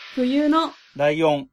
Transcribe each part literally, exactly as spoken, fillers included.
冬のライオン。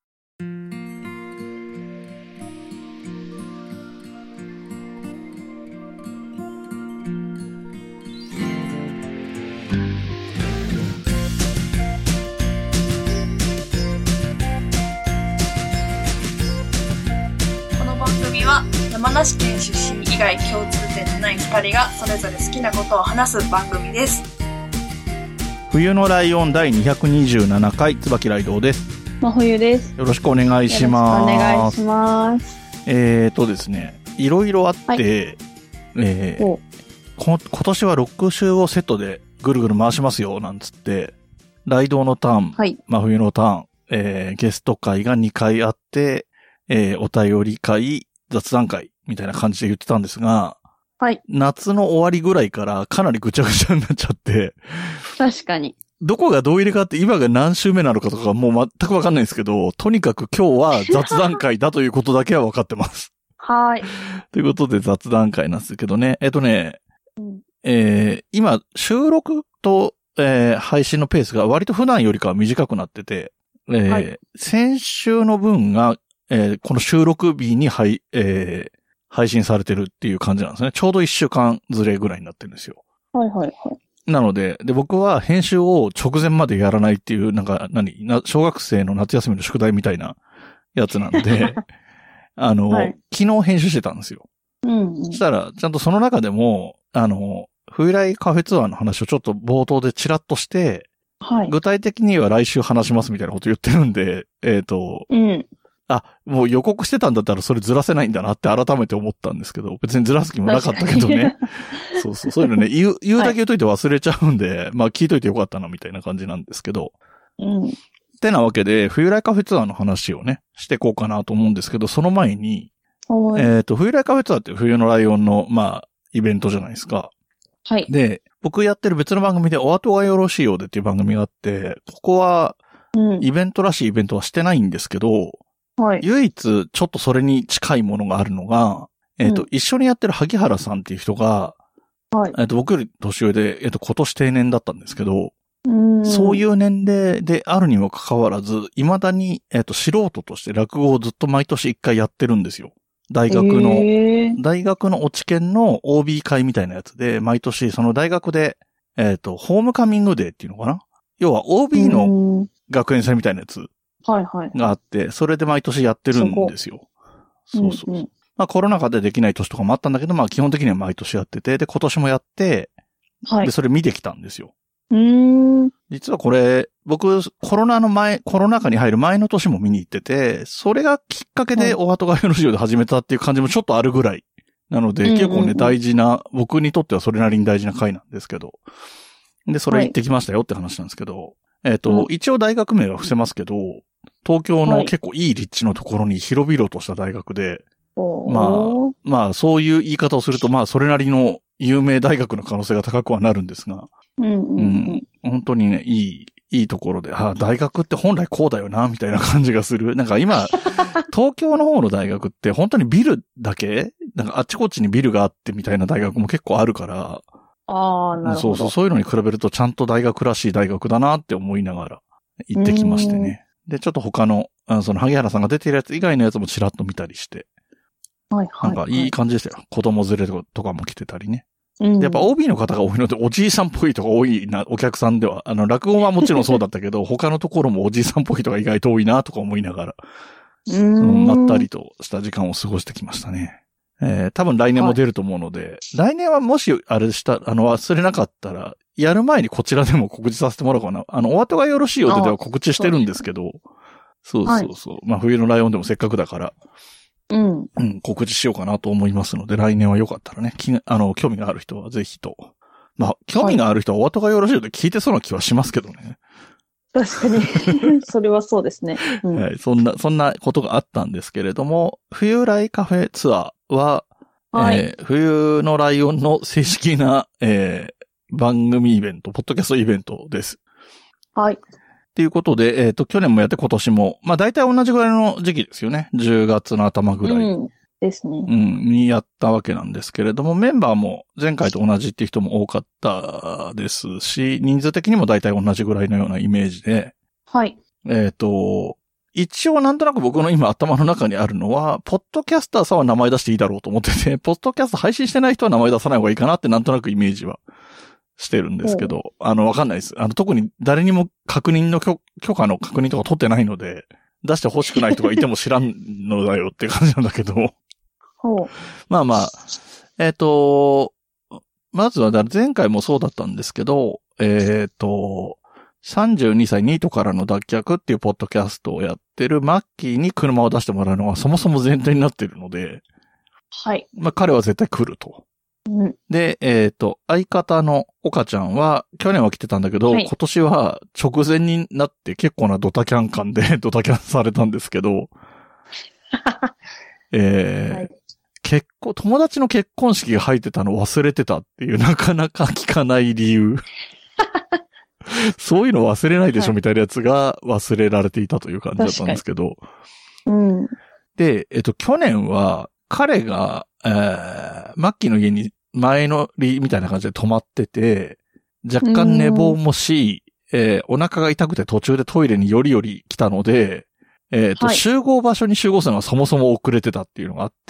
この番組は山梨県出身以外共通点のないふたりがそれぞれ好きなことを話す番組です。 冬のライオンだいにひゃくにじゅうななかい、椿ライドウです。 真冬です。 よろしくお願いします。 よろしくお願いします。 えーとですね、いろいろあって、はい、えー、こ今年はろく週をセットでぐるぐる回しますよ、なんつって、ライドウのターン、はい、真冬のターン、えー、ゲスト会がにかいあって、えー、お便り会、雑談会みたいな感じで言ってたんですが、はい。夏の終わりぐらいからかなりぐちゃぐちゃになっちゃって。 確かに。 どこがどう入れ替わって今が何週目なのかとかもう全くわかんないんですけど、とにかく今日は雑談会だということだけはわかってます。 はい。 ということで雑談会なんですけどね。えっとね、うん、えー、今収録と、えー、配信のペースが割と普段よりかは短くなってて、えーはい、先週の分が、えー、この収録日に配、えー、配信されてるっていう感じなんですね。ちょうどいっしゅうかんずれぐらいになってるんですよ。 はいはいはい。 なので、で、僕は編集を直前までやらないっていう、なんか、何な、小学生の夏休みの宿題みたいなやつなんで、あの、はい、昨日編集してたんですよ。うん、うん。そしたら、ちゃんとその中でも、あの、冬来カフェツアーの話をちょっと冒頭でチラッとして、はい。具体的には来週話しますみたいなこと言ってるんで、えっと、うん。あ、もう予告してたんだったらそれずらせないんだなって改めて思ったんですけど、別にずらす気もなかったけどね。そうそう、そういうのね、言う、言うだけ言うといて忘れちゃうんで、はい、まあ聞いといてよかったなみたいな感じなんですけど。うん。ってなわけで、冬来カフェツアーの話をね、していこうかなと思うんですけど、その前に、えっと、冬来カフェツアーって冬のライオンの、まあ、イベントじゃないですか。はい。で、僕やってる別の番組でお後がよろしいようでっていう番組があって、ここは、イベントらしいイベントはしてないんですけど、はい、唯一ちょっとそれに近いものがあるのが、えっと、うん、一緒にやってる萩原さんっていう人が、はい、えっと、僕より年上で、えっと、今年定年だったんですけど、うんそういう年齢であるにもかかわらず、未だに、えっと、素人として落語をずっと毎年一回やってるんですよ。大学の、えー、大学の落研の オービー 会みたいなやつで、毎年その大学で、えっと、ホームカミングデーっていうのかな？要は オービー の学園祭みたいなやつ。はいはい。があって、それで毎年やってるんですよ。そうそうそう。うんうん、まあコロナ禍でできない年とかもあったんだけど、まあ基本的には毎年やってて、で今年もやって、はい。で、それ見てきたんですよ。うーん。実はこれ、僕、コロナの前、コロナ禍に入る前の年も見に行ってて、それがきっかけでお後がよろしいようで始めたっていう感じもちょっとあるぐらい。なので、うんうんうん、結構ね、大事な、僕にとってはそれなりに大事な回なんですけど。で、それ行ってきましたよって話なんですけど、はい、えっと、うん、一応大学名は伏せますけど、東京の結構いい立地のところに広々とした大学で、はい、まあ、まあそういう言い方をすると、まあそれなりの有名大学の可能性が高くはなるんですが、うんうんうんうん、本当にね、いい、いいところで、ああ、大学って本来こうだよな、みたいな感じがする。なんか今、東京の方の大学って本当にビルだけなんかあっちこっちにビルがあってみたいな大学も結構あるから、ああ、なるほど。そうそう、そういうのに比べるとちゃんと大学らしい大学だなって思いながら行ってきましてね。で、ちょっと他の、あその、萩原さんが出ているやつ以外のやつもちらっと見たりして。はいはい、はい。なんかいい感じでしたよ。子供連れとかも来てたりね。うん、でやっぱ オービー の方が多いので、おじいさんっぽいとか多いな、お客さんでは。あの、落語はもちろんそうだったけど、他のところもおじいさんっぽいとか意外と多いなとか思いながら、うん、まったりとした時間を過ごしてきましたね。えー、多分来年も出ると思うので、はい、来年はもし、あれした、あの、忘れなかったら、やる前にこちらでも告知させてもらおうかな。あの、お後がよろしいようでは告知してるんですけど、そうそうそう。はい、まあ、冬のライオンでもせっかくだから、うん。うん、告知しようかなと思いますので、来年はよかったらね、きあの、興味がある人はぜひと。まあ、興味がある人はお後がよろしいようで聞いてそうな気はしますけどね。 確かに。それはそうですね、 うん。はい。そんな、そんなことがあったんですけれども、冬来カフェツアーは、はい、えー、冬のライオンの正式な、えー、番組イベント、ポッドキャストイベントです。はい。ということで、えっと、去年もやって今年も、まあ大体同じぐらいの時期ですよね。じゅうがつの頭ぐらい。うん。 ですね。 うん。にやったわけなんですけれども、メンバーも前回と同じっていう人も多かったですし、人数的にも大体同じぐらいのようなイメージで。はい。 えっと、一応なんとなく僕の今頭の中にあるのは、ポッドキャスターさんは名前出していいだろうと思ってて、ポッドキャスト配信してない人は名前出さない方がいいかなってなんとなくイメージはしてるんですけど、あの、わかんないです。あの、特に誰にも確認の許、許可の確認とか取ってないので、出して欲しくない人がいても知らんのだよって感じなんだけど。 ほう。 まあまあ、えっと、まずは前回もそうだったんですけど、えっと、さんじゅうにさいニートからの脱却っていうポッドキャストをやってるマッキーに車を出してもらうのがそもそも前提になっているので、 はい。 まあ彼は絶対来ると。 うん、 で、えっと、相方の岡ちゃんは、去年は来てたんだけど、はい、今年は直前になって結構なドタキャン感でドタキャンされたんですけど、えーはい、結婚、友達の結婚式が入ってたの忘れてたっていうなかなか聞かない理由。そういうの忘れないでしょみたいなやつが忘れられていたという感じだったんですけど。 うん。 で、えっと、去年は彼が、えー、マッキーの家に前乗りみたいな感じで泊まってて、若干寝坊もし、えー、お腹が痛くて途中でトイレによりより来たので、えっと、はい、集合場所に集合するのがそもそも遅れてたっていうのがあって、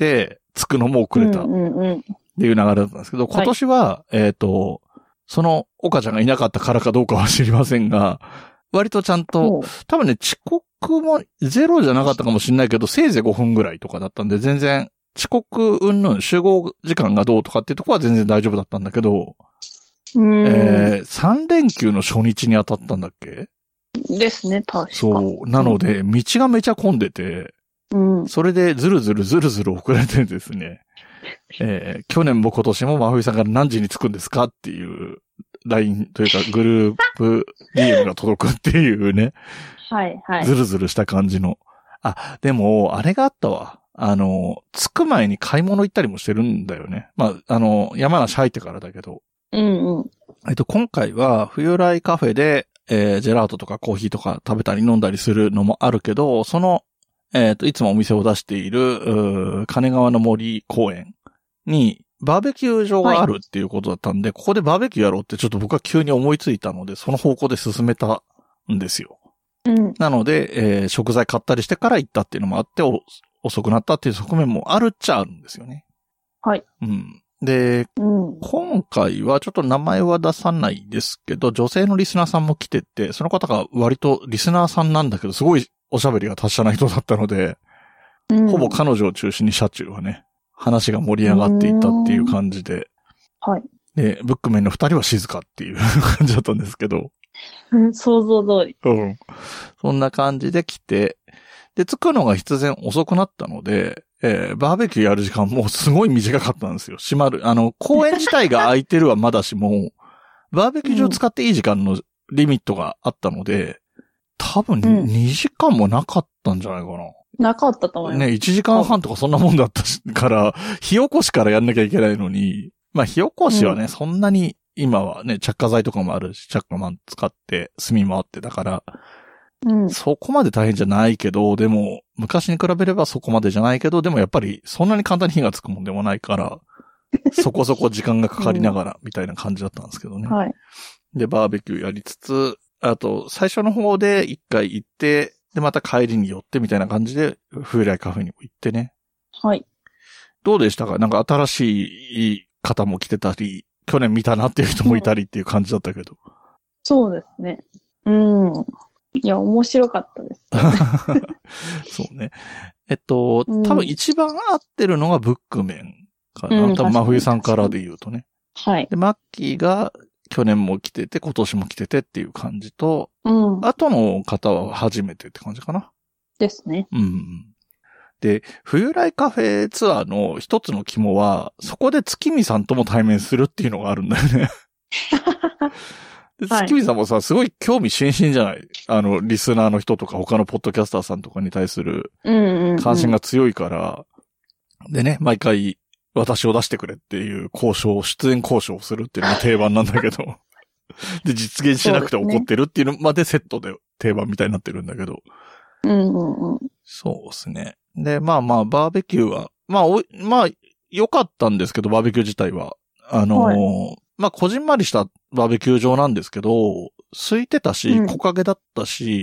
着くのも遅れたっていう流れだったんですけど、今年は、はい、えっと、その岡ちゃんがいなかったからかどうかは知りませんが、割とちゃんと、多分ね、遅刻もゼロじゃなかったかもしれないけど、せいぜいごふんぐらいとかだったんで、全然、遅刻云々、集合時間がどうとかっていうところは全然大丈夫だったんだけど、 うんえー、さん連休の初日に当たったんだっけ？ ですね、確か。 そう。なので、道がめちゃ混んでて、 うん、 それでずるずるずるずる遅れてですね、えー、去年も今年も真冬さんから何時に着くんですかっていう ライン というかグループ ディーエム が届くっていうね。 はいはい。 ずるずるした感じの。あ、でも、あれがあったわ。あの、着く前に買い物行ったりもしてるんだよね。まあ、あの、山梨入ってからだけど。 うんうん。 えっと、今回は冬来カフェで、えー、ジェラートとかコーヒーとか食べたり飲んだりするのもあるけど、その、えっと、いつもお店を出している、金川の森公園にバーベキュー場があるっていうことだったんで、はい、ここでバーベキューやろうってちょっと僕は急に思いついたので、その方向で進めたんですよ。 うん、 なので、えー、食材買ったりしてから行ったっていうのもあって、遅くなったっていう側面もあるっちゃあるんですよね。 はい。 うん。で、 うん、 今回はちょっと名前は出さないですけど、女性のリスナーさんも来てて、その方が割とリスナーさんなんだけど、すごいおしゃべりが達者な人だったので、 うん、 ほぼ彼女を中心に車中はね、話が盛り上がっていったっていう感じで、 はい。 で、ブックメンの二人は静かっていう感じだったんですけど、 想像通り。 うん。そんな感じで来て、で、着くのが必然遅くなったので、えー、バーベキューやる時間もすごい短かったんですよ。閉まる。あの、公園自体が空いてるはまだしも、バーベキュー場使っていい時間のリミットがあったので、多分にじかんもなかったんじゃないかな。 なかったと思います。 ね、いちじかんはんとかそんなもんだったから、火起こしからやんなきゃいけないのに、まあ火起こしはね、うん、そんなに今はね、着火剤とかもあるし、着火マン使って炭もあってだから、 うん、 そこまで大変じゃないけど、でも、昔に比べればそこまでじゃないけど、でもやっぱりそんなに簡単に火がつくもんでもないから、そこそこ時間がかかりながら、みたいな感じだったんですけどね。 うん、はい。 で、バーベキューやりつつ、あと、最初の方で一回行って、で、また帰りに寄ってみたいな感じで、冬来カフェにも行ってね。 はい。 どうでしたか？なんか新しい方も来てたり、去年見たなっていう人もいたりっていう感じだったけど。うん、 そうですね。うん。いや、面白かったです。 そうね。えっと、多分一番合ってるのがブックメンかな。うん、多分真冬さんからで言うとね。 はい。 で、マッキーが去年も来てて、今年も来ててっていう感じと、 うん。 後の方は初めてって感じかな。 ですね。 うん。で、冬来カフェツアーの一つの肝は、そこで月見さんとも対面するっていうのがあるんだよね。で月見さんもさ、すごい興味津々じゃない？あの、リスナーの人とか他のポッドキャスターさんとかに対する関心が強いから、うんうんうん、でね、毎回私を出してくれっていう交渉、出演交渉をするっていうのが定番なんだけど、で、実現しなくて怒ってるっていうのまでセットで定番みたいになってるんだけど。 うんうんうん。 そうですね。で、まあまあ、バーベキューは、まあ、お、まあ、良かったんですけど、バーベキュー自体は。あのー、はい、まあ、こじんまりしたバーベキュー場なんですけど、空いてたし、木陰だったし、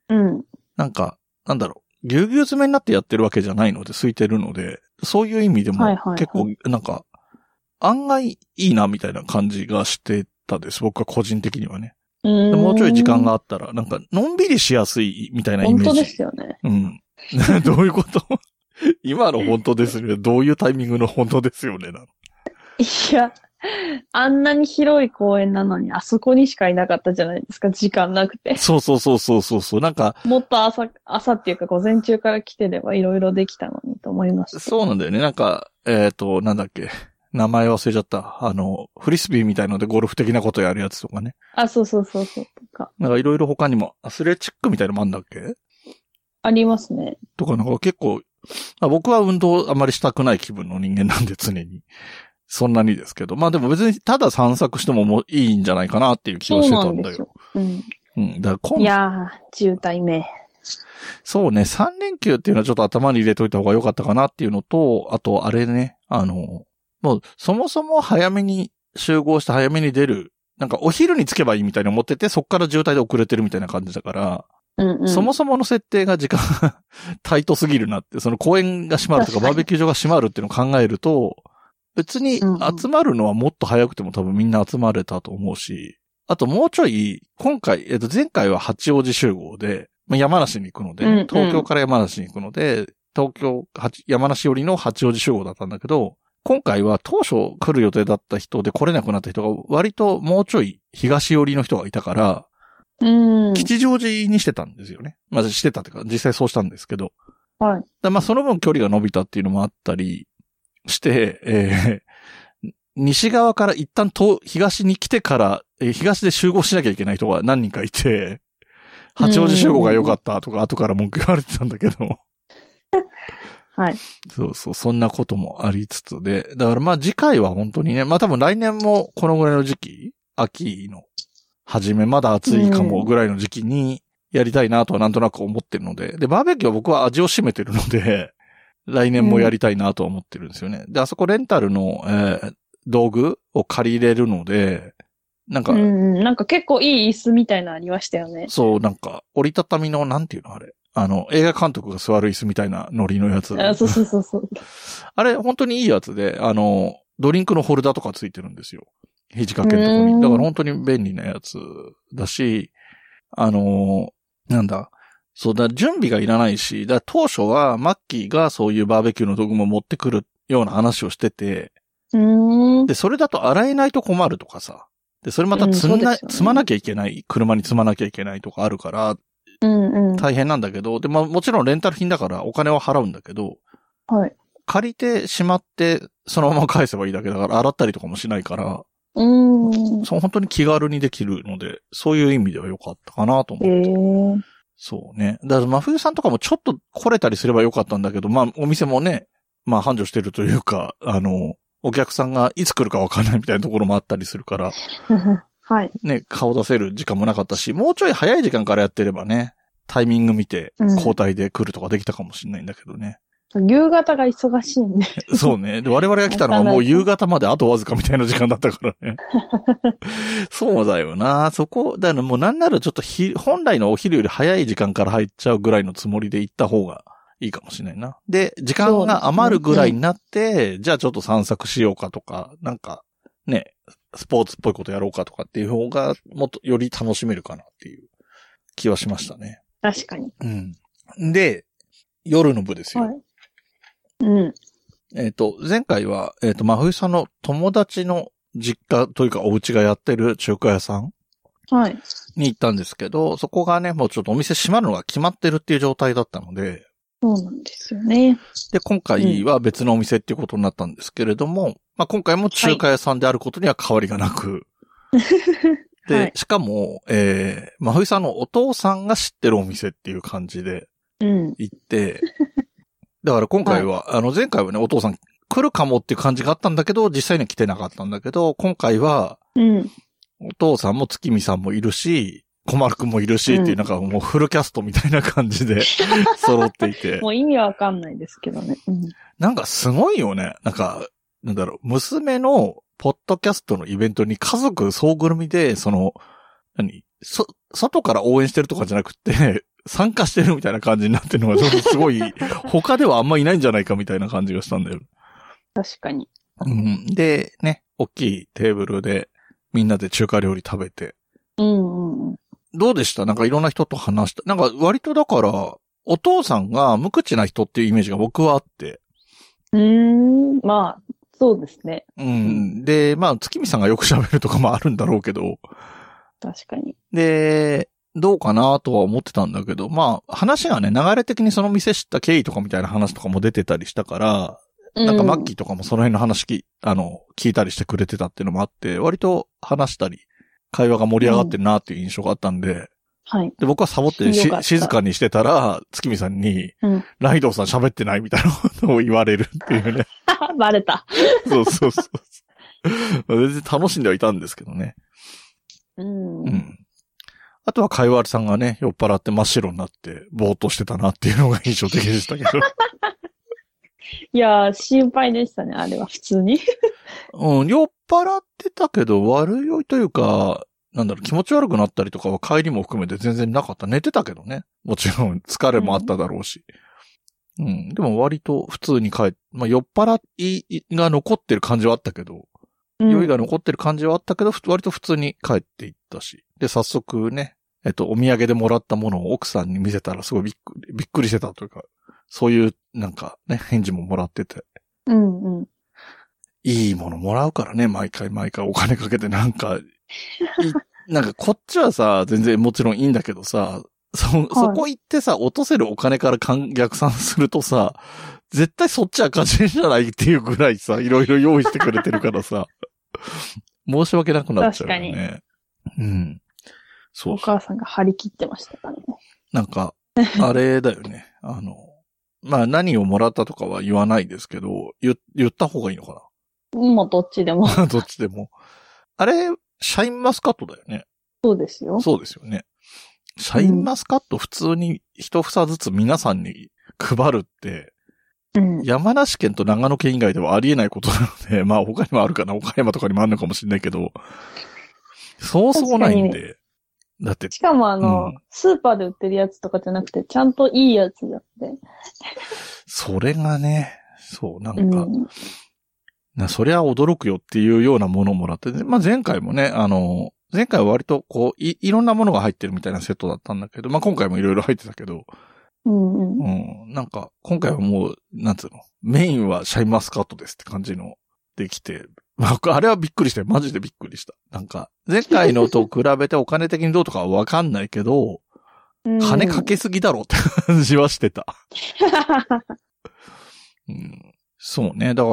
うん。 なんか、なんだろう、ぎゅうぎゅう詰めになってやってるわけじゃないので、空いてるので、そういう意味でも、結構、なんか、案外いいな、みたいな感じがしてたです。僕は個人的にはね。 うーんもうちょい時間があったら、なんか、のんびりしやすい、みたいなイメージ。 本当ですよね。 うん。どういうこと今の本当ですよね。どういうタイミングの本当ですよね。 いや、あんなに広い公園なのに、あそこにしかいなかったじゃないですか、時間なくて。 そうそうそうそうそうそう。なんか。 もっと朝、朝っていうか午前中から来てればいろいろできたのにと思いました。 そうなんだよね。なんか、えっと、なんだっけ。名前忘れちゃった。あの、フリスビーみたいのでゴルフ的なことやるやつとかね。 あ、そうそうそうそう。とか。 なんかいろいろ他にも、アスレチックみたいなのもあんだっけ？ ありますね。 とかなんか結構、僕は運動あまりしたくない気分の人間なんで常に。そんなにですけど。まあでも別にただ散策してももういいんじゃないかなっていう気はしてたんだよ。 そうなんですよ。 うん。うん。だから今いやー、渋滞め。 そうね、さん連休っていうのはちょっと頭に入れといた方が良かったかなっていうのと、あとあれね、あの、もうそもそも早めに集合して早めに出る。なんかお昼に着けばいいみたいに思ってて、そっから渋滞で遅れてるみたいな感じだから、 うんうん、 そもそもの設定が時間タイトすぎるなって、その公園が閉まるとかバーベキュー場が閉まるっていうのを考えると、別に集まるのはもっと早くても多分みんな集まれたと思うし、あともうちょい、今回、えっと前回は八王子集合で、まあ、山梨に行くので、ね、うんうん、東京から山梨に行くので、東京、山梨寄りの八王子集合だったんだけど、今回は当初来る予定だった人で来れなくなった人が割ともうちょい東寄りの人がいたから、 うん、 吉祥寺にしてたんですよね。まずしてたっていうか、実際そうしたんですけど。 はい。 だまあその分距離が伸びたっていうのもあったりして、えー、西側から一旦東、東に来てから、えー、東で集合しなきゃいけない人が何人かいて、八王子集合が良かったとか後から文句言われてたんだけど。 はい。 そうそう、そんなこともありつつで。だからまあ次回は本当にね、まあ多分来年もこのぐらいの時期、秋の初めまだ暑いかもぐらいの時期にやりたいなとはなんとなく思ってるので。で、バーベキューは僕は味を占めてるので、来年もやりたいなとは思ってるんですよね。で、あそこレンタルの、えー、道具を借りれるので、なんか、 うん、なんか結構いい椅子みたいなのありましたよね。 そう、なんか、折りたたみの、なんていうのあれ。あの、映画監督が座る椅子みたいなノリのやつ。 あ、そうそうそうそう。 あれ、本当にいいやつで、あの、ドリンクのホルダーとかついてるんですよ。肘掛けのとこに。だから本当に便利なやつだし、あの、なんだ。そうだ、準備がいらないし、だ当初はマッキーがそういうバーベキューの道具も持ってくるような話をしてて、 うんで、それだと洗えないと困るとかさ。で、それまた積んな、うんね、積まなきゃいけない、車に積まなきゃいけないとかあるから、 うんうん、 大変なんだけど、で、まあもちろんレンタル品だからお金は払うんだけど、 はい。 借りてしまって、そのまま返せばいいだけだから、洗ったりとかもしないから、 うん。 そう、本当に気軽にできるので、そういう意味では良かったかなと思って。 へー。 そうね。だから真冬さんとかもちょっと来れたりすればよかったんだけど、まあお店もね、まあ繁盛してるというか、あの、お客さんがいつ来るかわかんないみたいなところもあったりするから、 はい。 ね、顔出せる時間もなかったし、もうちょい早い時間からやってればね、タイミング見て交代で来るとかできたかもしれないんだけどね。 うん、夕方が忙しいんで。 そうね。で、我々が来たのはもう夕方まであとわずかみたいな時間だったからね。そうだよな。そこ、だからもうなんならちょっとひ、本来のお昼より早い時間から入っちゃうぐらいのつもりで行った方がいいかもしれないな。で、時間が余るぐらいになって、ね、じゃあちょっと散策しようかとか、なんか、ね、スポーツっぽいことやろうかとかっていう方が、もっとより楽しめるかなっていう気はしましたね。 確かに。 うん。で、夜の部ですよ。はい、 うん。 えっと、前回は、えっと、真冬さんの友達の実家というかお家がやってる中華屋さんはい。 に行ったんですけど、そこがね、もうちょっとお店閉まるのが決まってるっていう状態だったので、 そうなんですよね。 で、今回は別のお店っていうことになったんですけれども、うん、まあ、今回も中華屋さんであることには変わりがなく、はい、で、はい、しかも、えー、真冬さんのお父さんが知ってるお店っていう感じで行って、うん、だから今回は、はい、あの前回はね、お父さん来るかもっていう感じがあったんだけど、実際には来てなかったんだけど、今回は、 うん、 お父さんも月見さんもいるし、小丸くんもいるしっていう、なんかもうフルキャストみたいな感じで揃っていて。 もう意味わかんないですけどね。うん、 なんかすごいよね。なんか、なんだろう、娘のポッドキャストのイベントに家族総ぐるみで、その、何そ、外から応援してるとかじゃなくて、参加してるみたいな感じになってるのがちょっとすごい、他ではあんまいないんじゃないかみたいな感じがしたんだよ。 確かに。 うん。で、ね、大きいテーブルでみんなで中華料理食べて。 うんうん。 どうでした？なんかいろんな人と話した。なんか割とだから、お父さんが無口な人っていうイメージが僕はあって。 うーん、まあ、そうですね。 うん。で、まあ、月見さんがよく喋るとかもあるんだろうけど。 確かに。 で、どうかなとは思ってたんだけど、まあ、話がね、流れ的にその店知った経緯とかみたいな話とかも出てたりしたから、なんかマッキーとかもその辺の話き、あの、聞いたりしてくれてたっていうのもあって、割と話したり、会話が盛り上がってるなっていう印象があったんで、うん、 はい。 で、僕はサボってし静かにしてたら、月見さんに、うん、ライドウさん喋ってないみたいなことを言われるっていうね。 バレた。 そうそうそう。全然楽しんではいたんですけどね。 うん。 うん。あとはかいわれさんがね、酔っ払って真っ白になって、ぼーっとしてたなっていうのが印象的でしたけど。 いやー、心配でしたね、あれは普通に。 うん、酔っ払ってたけど、悪酔いというか、なんだろう、気持ち悪くなったりとかは帰りも含めて全然なかった。寝てたけどね。もちろん疲れもあっただろうし。うん。うん、でも割と普通に帰って、まあ酔っ払いが残ってる感じはあったけど、うん、酔いが残ってる感じはあったけど、割と普通に帰っていったし。で、早速ね、えっと、お土産でもらったものを奥さんに見せたらすごいびっくり、びっくりしてたというか、そういうなんかね、返事ももらってて。 うんうん。 いいものもらうからね、毎回毎回お金かけてなんか、なんかこっちはさ、全然もちろんいいんだけどさ、そ、はい、そこ行ってさ、落とせるお金から逆算するとさ、絶対そっち赤字じゃないっていうぐらいさ、いろいろ用意してくれてるからさ、申し訳なくなっちゃうよね。確かに。うん。そうそう。 お母さんが張り切ってましたからね。 なんか、あれだよね。あの、まあ何をもらったとかは言わないですけど、言、言った方がいいのかな？ もうどっちでも。 どっちでも。あれ、シャインマスカットだよね。 そうですよ。 そうですよね。シャインマスカット普通に一房ずつ皆さんに配るって、うん、山梨県と長野県以外ではありえないことなので、まあ他にもあるかな、岡山とかにもあるのかもしれないけど、そうそうないんで。だって。 しかもあの、うん、スーパーで売ってるやつとかじゃなくて、ちゃんといいやつだって。 それがね、そう、なんか、うん、なそりゃ驚くよっていうようなものをもらって、まあ前回もね、あの、前回は割とこう、い、いろんなものが入ってるみたいなセットだったんだけど、まあ今回もいろいろ入ってたけど、 うんうん。 うん。なんか、今回はもう、なんつうの、メインはシャインマスカットですって感じのできて、まあ、あれはびっくりして、マジでびっくりした。なんか、前回のと比べてお金的にどうとかはわかんないけど、うん、金かけすぎだろうって感じはしてた。うん、そうね、だから、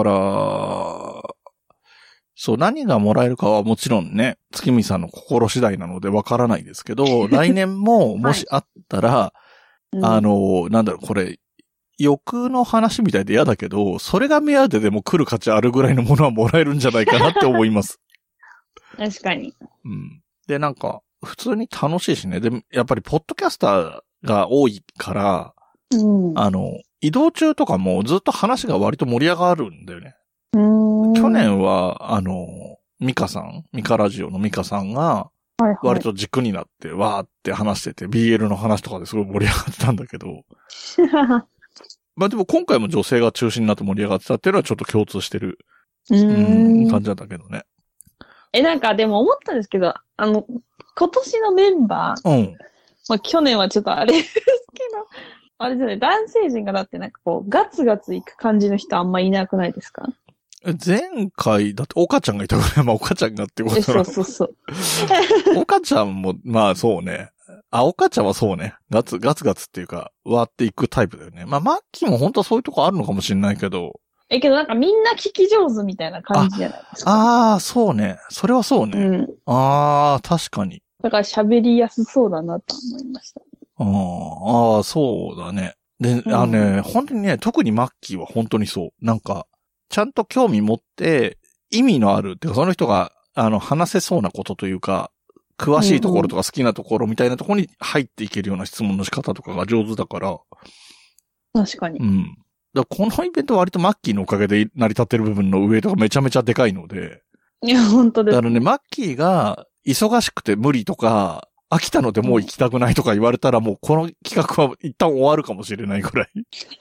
そう、何がもらえるかはもちろんね、月見さんの心次第なのでわからないですけど、来年ももしあったら、はいあの、うん、なんだろう、これ、欲の話みたいで嫌だけど、それが目当てでも来る価値あるぐらいのものはもらえるんじゃないかなって思います。 確かに。 うん。で、なんか、普通に楽しいしね。でも、やっぱり、ポッドキャスターが多いから、うん、あの、移動中とかもずっと話が割と盛り上がるんだよね。 うん去年は、あの、ミカさん、ミカラジオのミカさんが、割と軸になって、わーって話してて、ビーエル の話とかですごい盛り上がってたんだけど。まあでも今回も女性が中心になって盛り上がってたっていうのはちょっと共通してる、 うーん、 感じだったけどね。 え、なんかでも思ったんですけど、あの、今年のメンバー、うん。 まあ去年はちょっとあれですけど、あれじゃない、男性陣がだってなんかこう、ガツガツいく感じの人あんまいなくないですか？ 前回、だって、岡ちゃんがいたぐらい、まあ、岡ちゃんがってことだな。そうそうそう。 岡ちゃんも、まあ、そうね。あ、岡ちゃんはそうね。ガツ、ガツガツっていうか、割っていくタイプだよね。まあ、マッキーも本当はそういうとこあるのかもしれないけど。 え、けどなんかみんな聞き上手みたいな感じじゃないですか。 ああ、そうね。それはそうね。 うん、 ああ、確かに。 だから喋りやすそうだなと思いました。 ああ、そうだね。で、うん、あのね、本当にね、特にマッキーは本当にそう。なんか、ちゃんと興味持って意味のあるっていうか、その人があの話せそうなことというか、詳しいところとか好きなところみたいなところに入っていけるような質問の仕方とかが上手だから。 確かに。 うん。だからこのイベントは割とマッキーのおかげで成り立ってる部分の上とかめちゃめちゃでかいので。 いや、本当です。 だからね、マッキーが忙しくて無理とか、 飽きたのでもう行きたくないとか言われたらもうこの企画は一旦終わるかもしれないくらい。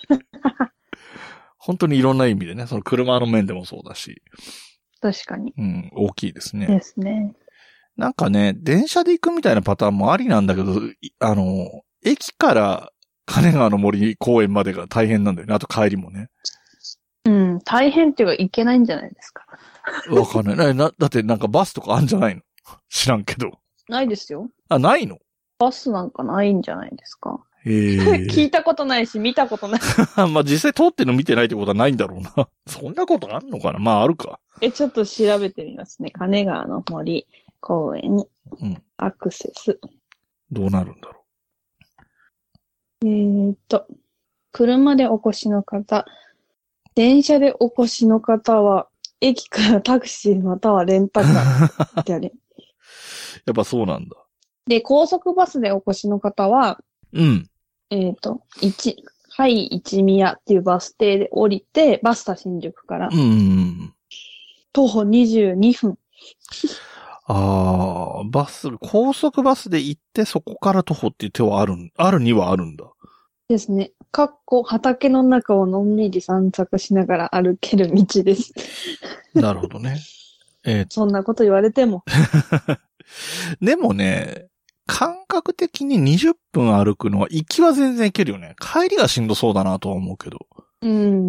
本当にいろんな意味でね、その車の面でもそうだし。 確かに。 うん、大きいですね。 ですね。 なんかね、電車で行くみたいなパターンもありなんだけど、あの、駅から金川の森公園までが大変なんだよね。あと帰りもね。 うん、大変っていうか行けないんじゃないですか。 わかんない。な、だってなんかバスとかあんじゃないの？知らんけど。 ないですよ。 あ、ないの？ バスなんかないんじゃないですか。 へー。 聞いたことないし、見たことない。 まあ実際通ってるの見てないってことはないんだろうな。そんなことあんのかな？まああるか。 え、ちょっと調べてみますね。金川の森公園。 うん。 アクセス。 どうなるんだろう。えーっと、車でお越しの方、電車でお越しの方は、駅からタクシーまたはレンタカーってあれ。 やっぱそうなんだ。 で、高速バスでお越しの方は、 うん。 えっと、一、はい一宮っていうバス停で降りて、バスタ新宿から。 うん。 徒歩にじゅうにふん。 ああ、バス、高速バスで行ってそこから徒歩っていう手はあるん、あるにはあるんだ。 ですね。かっこ畑の中をのんびり散策しながら歩ける道です。 なるほどね。えー、 そんなこと言われても。 でもね、感覚的ににじゅっぷん歩くのは行きは全然行けるよね。帰りがしんどそうだなとは思うけど。 うん、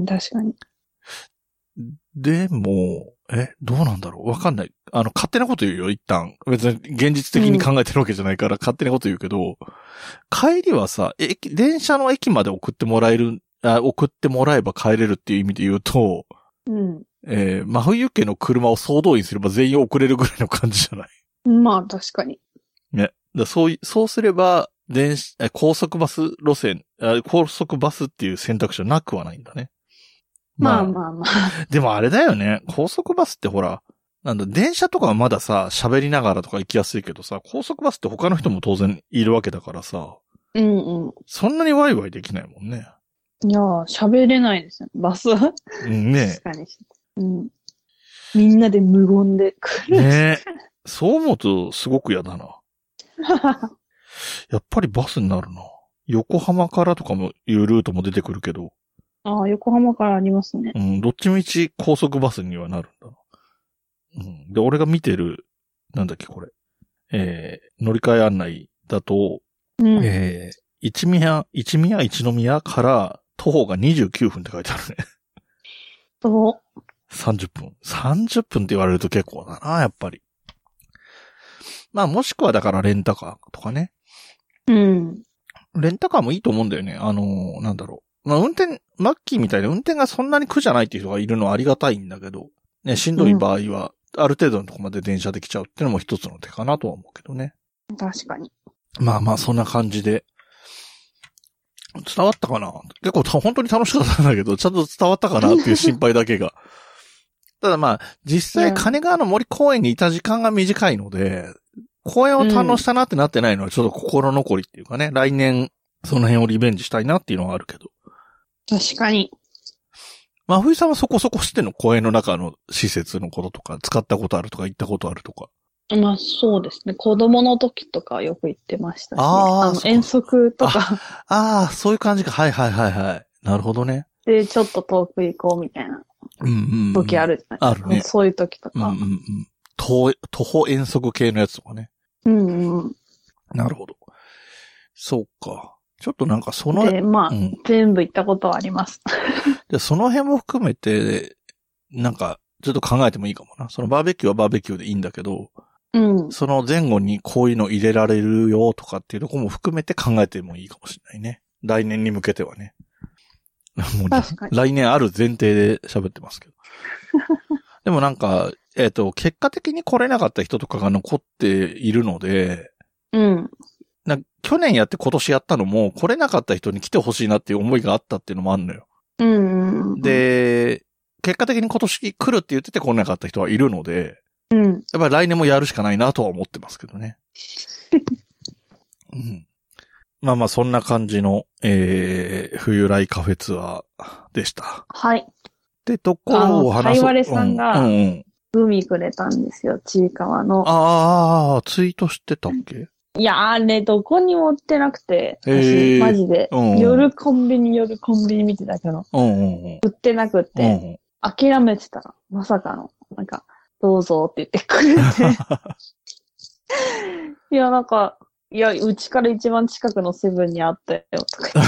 確かに。 でも、え、どうなんだろうわかんない。あの、勝手なこと言うよ、一旦。別に現実的に考えてるわけじゃないから、勝手なこと言うけど、帰りはさ、駅、電車の駅まで送ってもらえる、あ、送ってもらえば帰れるっていう意味で言うと、 うん。 えー、真冬家の車を総動員すれば全員送れるぐらいの感じじゃない？ まあ、確かに。 ね。だそうい、そうすれば、電子、高速バス路線、高速バスっていう選択肢はなくはないんだね。 まあまあまあ。 でもあれだよね。高速バスってほら、なんだ、電車とかはまださ、喋りながらとか行きやすいけどさ、高速バスって他の人も当然いるわけだからさ。 うんうん。 そんなにワイワイできないもんね。 いやー、喋れないですよ。バスは。 うんね。 確かに。うん。みんなで無言で来る。 ね。そう思うとすごく嫌だな。やっぱりバスになるな。横浜からとかもいうルートも出てくるけど。 ああ、横浜からありますね。 うん、どっちみち高速バスにはなるんだな。うん。で、俺が見てる、なんだっけこれ。えー、乗り換え案内だと、うん、えー、一宮、一宮一宮から徒歩がにじゅうきゅうふんって書いてあるね。 そう。 さんじゅっぷん。さんじゅっぷんって言われると結構だな、やっぱり。まあもしくはだからレンタカーとかね。 うん。 レンタカーもいいと思うんだよね。あのー、なんだろう。まあ運転、マッキーみたいな運転がそんなに苦じゃないっていう人がいるのはありがたいんだけど、ね、しんどい場合は、ある程度のとこまで電車で来ちゃうっていうのも一つの手かなとは思うけどね。 確かに。 まあまあそんな感じで。伝わったかな？結構本当に楽しかったんだけど、ちゃんと伝わったかなっていう心配だけが。ただまあ、実際金川の森公園にいた時間が短いので、公園を堪能したなってなってないのはちょっと心残りっていうかね、来年その辺をリベンジしたいなっていうのはあるけど。 確かに。 まあ、冬さんはそこそこ知ってんの？公園の中の施設のこととか、使ったことあるとか行ったことあるとか。 まあそうですね。子供の時とかよく行ってましたし、ね。 ああの遠足とか。 ああ、そういう感じか。はいはいはいはい。なるほどね。 で、ちょっと遠く行こうみたいな。 うんうん、うん。 時あるじゃないですか。あるね。そういう時とか。 うんうんうん。徒徒歩遠足系のやつとかね。 うんうん。 なるほど。そうか。ちょっとなんかその。 で、まあ、うん、全部行ったことはあります。 で、その辺も含めて、なんか、ちょっと考えてもいいかもな。そのバーベキューはバーベキューでいいんだけど、 うん。 その前後にこういうの入れられるよとかっていうところも含めて考えてもいいかもしれないね。来年に向けてはね。もう確かに来年ある前提で喋ってますけど。でもなんか、えっと、結果的に来れなかった人とかが残っているので、 うん。 な去年やって今年やったのも、来れなかった人に来てほしいなっていう思いがあったっていうのもあるのよ。 うんうんうん。 で、結果的に今年来るって言ってて来れなかった人はいるので、 うん。 やっぱり来年もやるしかないなとは思ってますけどね。うん、まあまあそんな感じの、えー、冬来カフェツアーでした。 はい。 で、ところを話そう。 かいわれさんが、 うんうん、 グミくれたんですよ、ちいかわの。 ああ、ツイートしてたっけ？ いやーね、どこにも売ってなくて、 へー私マジで、 うんうん、 夜コンビニ、夜コンビニ見てたけど、 うんうんうん、 売ってなくって、うんうん、諦めてたら、まさかの、なんか、どうぞって言ってくれて。いや、なんか、いや、うちから一番近くのセブンにあったよ、とか言って。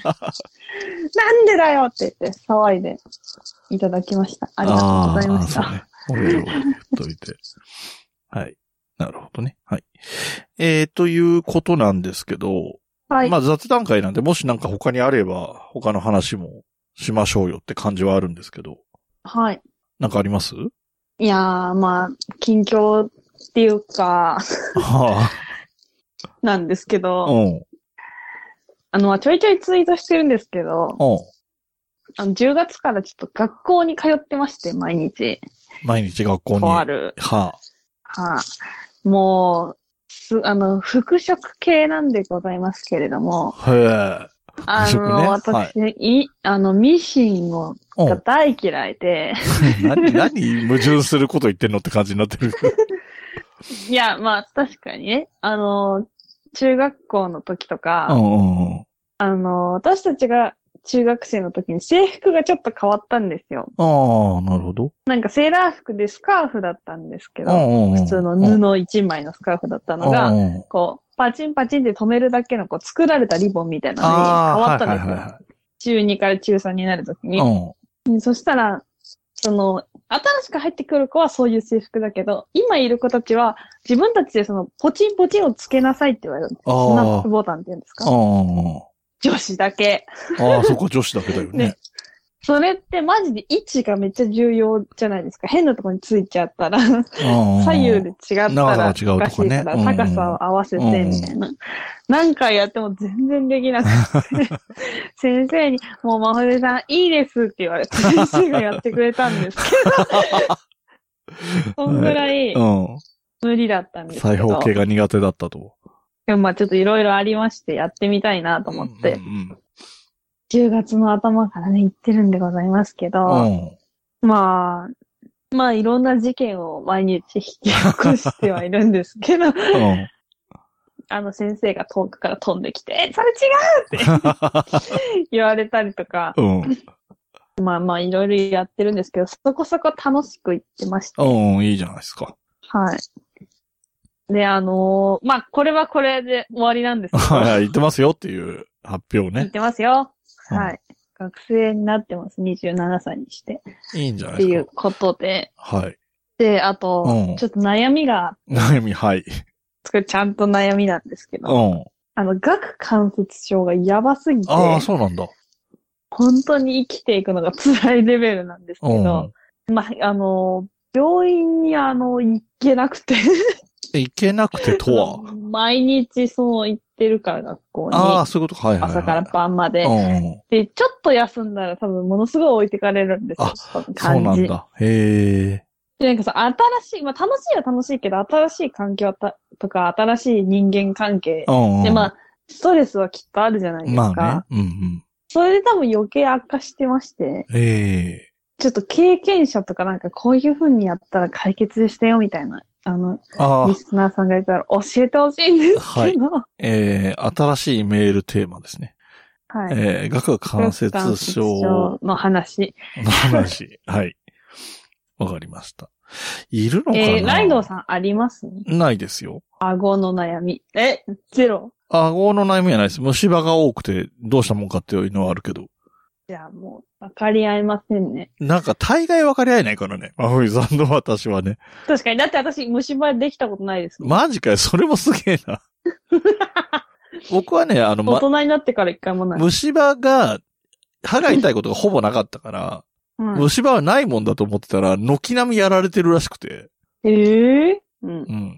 なんでだよって言って騒いでいただきました。ありがとうございました。 ああ、そうね。おいおい、といて。はい。なるほどね。はい。えー、ということなんですけど、はい。まあ雑談会なんで、もしなんか他にあれば、他の話もしましょうよって感じはあるんですけど。 はい。 なんかあります？ いやー、まあ、近況っていうか、はあ、なんですけど、うん、あの、ちょいちょいツイートしてるんですけど、うん、あのじゅうがつからちょっと学校に通ってまして、毎日。 毎日学校に。 とある。 はあ。はあ。もう、す、あの、服飾系なんでございますけれども。 へえ。 あの、ね、私、はい、い、あの、ミシンを、が大嫌いで。 何、何矛盾すること言ってんのって感じになってる。 いや、まあ、確かにね、あの、中学校の時とか、 うんうん、 あの、私たちが中学生の時に制服がちょっと変わったんですよ。 ああ、なるほど。 なんかセーラー服でスカーフだったんですけど、普通の布一枚のスカーフだったのが、こう、パチンパチンって止めるだけのこう作られたリボンみたいなのに変わったんですよ。はいはいはい、中にから中さんになる時に。そしたら、その、新しく入ってくる子はそういう制服だけど、今いる子たちは自分たちでそのポチンポチンをつけなさいって言われるんですよ。スナップボタンって言うんですか？女子だけ。 ああ、そこ女子だけだよね。ね、 それってマジで位置がめっちゃ重要じゃないですか。変なところについちゃったら、左右で違ったらおかしいから、高さを合わせてみたいな。何回やっても全然できなくて、先生に、もう真冬さんいいですって言われて、先生がやってくれたんですけど、そんぐらい無理だったんですけど。 裁縫系が苦手だったと。 でもまあちょっといろいろありましてやってみたいなと思って、うんうんうん、じゅうがつの頭からね行ってるんでございますけど、うん、まあ、まあいろんな事件を毎日引き起こしてはいるんですけど、うん、あの先生が遠くから飛んできて、え、それ違うって言われたりとか、うん、まあまあいろいろやってるんですけど、そこそこ楽しく行ってまして。 うん、いいじゃないですか。 はい。で、あのー、まあ、これはこれで終わりなんですけど。 はい、言ってますよっていう発表ね。 言ってますよ。うん、はい。学生になってます。にじゅうななさいにして。 いいんじゃないですか。 っていうことで。 はい。 で、あと、うん、ちょっと悩みが。 悩み、はい。 これちゃんと悩みなんですけど。うん。あの、顎関節症がやばすぎて。 ああ、そうなんだ。 本当に生きていくのが辛いレベルなんですけど。うん、まあ、あの、病院にあの、行けなくて。 行けなくてとは毎日そう行ってるから学校に。 ああ、そういうことか。はいはい、はい。 朝から晩まで、うん。で、ちょっと休んだら多分ものすごい置いてかれるんですよ。 あ、そうなんだ。へえ。 で、なんかさ、新しい、まあ楽しいは楽しいけど、新しい環境とか、新しい人間関係。うんうん、で、まあ、ストレスはきっとあるじゃないですか。 まあね。うんうん。 それで多分余計悪化してまして。 へえ。 ちょっと経験者とかなんかこういう風にやったら解決してよみたいな。あの、あリスナーさんがいたら教えてほしいんですけど。はい。 えー、新しいメールテーマですね。はい。えー、顎関節症の話。 の話。はい。わかりました。いるのかな？えー、 ライドウさんあります？ ないですよ。 顎の悩み。え、ゼロ？ 顎の悩みはないです。虫歯が多くてどうしたもんかっていうのはあるけど。 じゃあもう、分かり合えませんね。 なんか大概分かり合えないからね。真冬さんの私はね。 確かに。だって私、虫歯できたことないですもん。 マジかよ。それもすげえな。僕はね、あの、 ま、大人になってから一回もない。 虫歯が、歯が痛いことがほぼなかったから、うん、虫歯はないもんだと思ってたら、軒並みやられてるらしくて。 ええー、 うん。うん。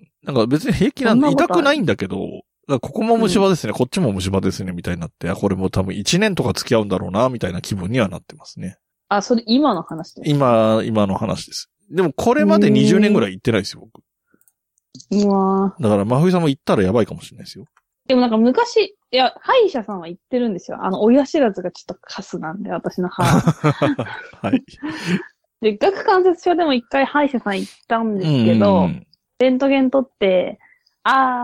なんか別に平気なんで、痛くないんだけど、ここも虫歯ですね、うん、こっちも虫歯ですね、みたいになって、これも多分一年とか付き合うんだろうな、みたいな気分にはなってますね。 あ、それ今の話ですか？ 今、今の話です。でもこれまでにじゅうねんぐらい行ってないですよ、僕。 うわだから真冬さんも行ったらやばいかもしれないですよ。 でもなんか昔、いや、歯医者さんは行ってるんですよ。あの、親知らずがちょっとカスなんで、私の歯。 はい。 で、顎関節症でも一回歯医者さん行ったんですけど、レントゲン取って、あー、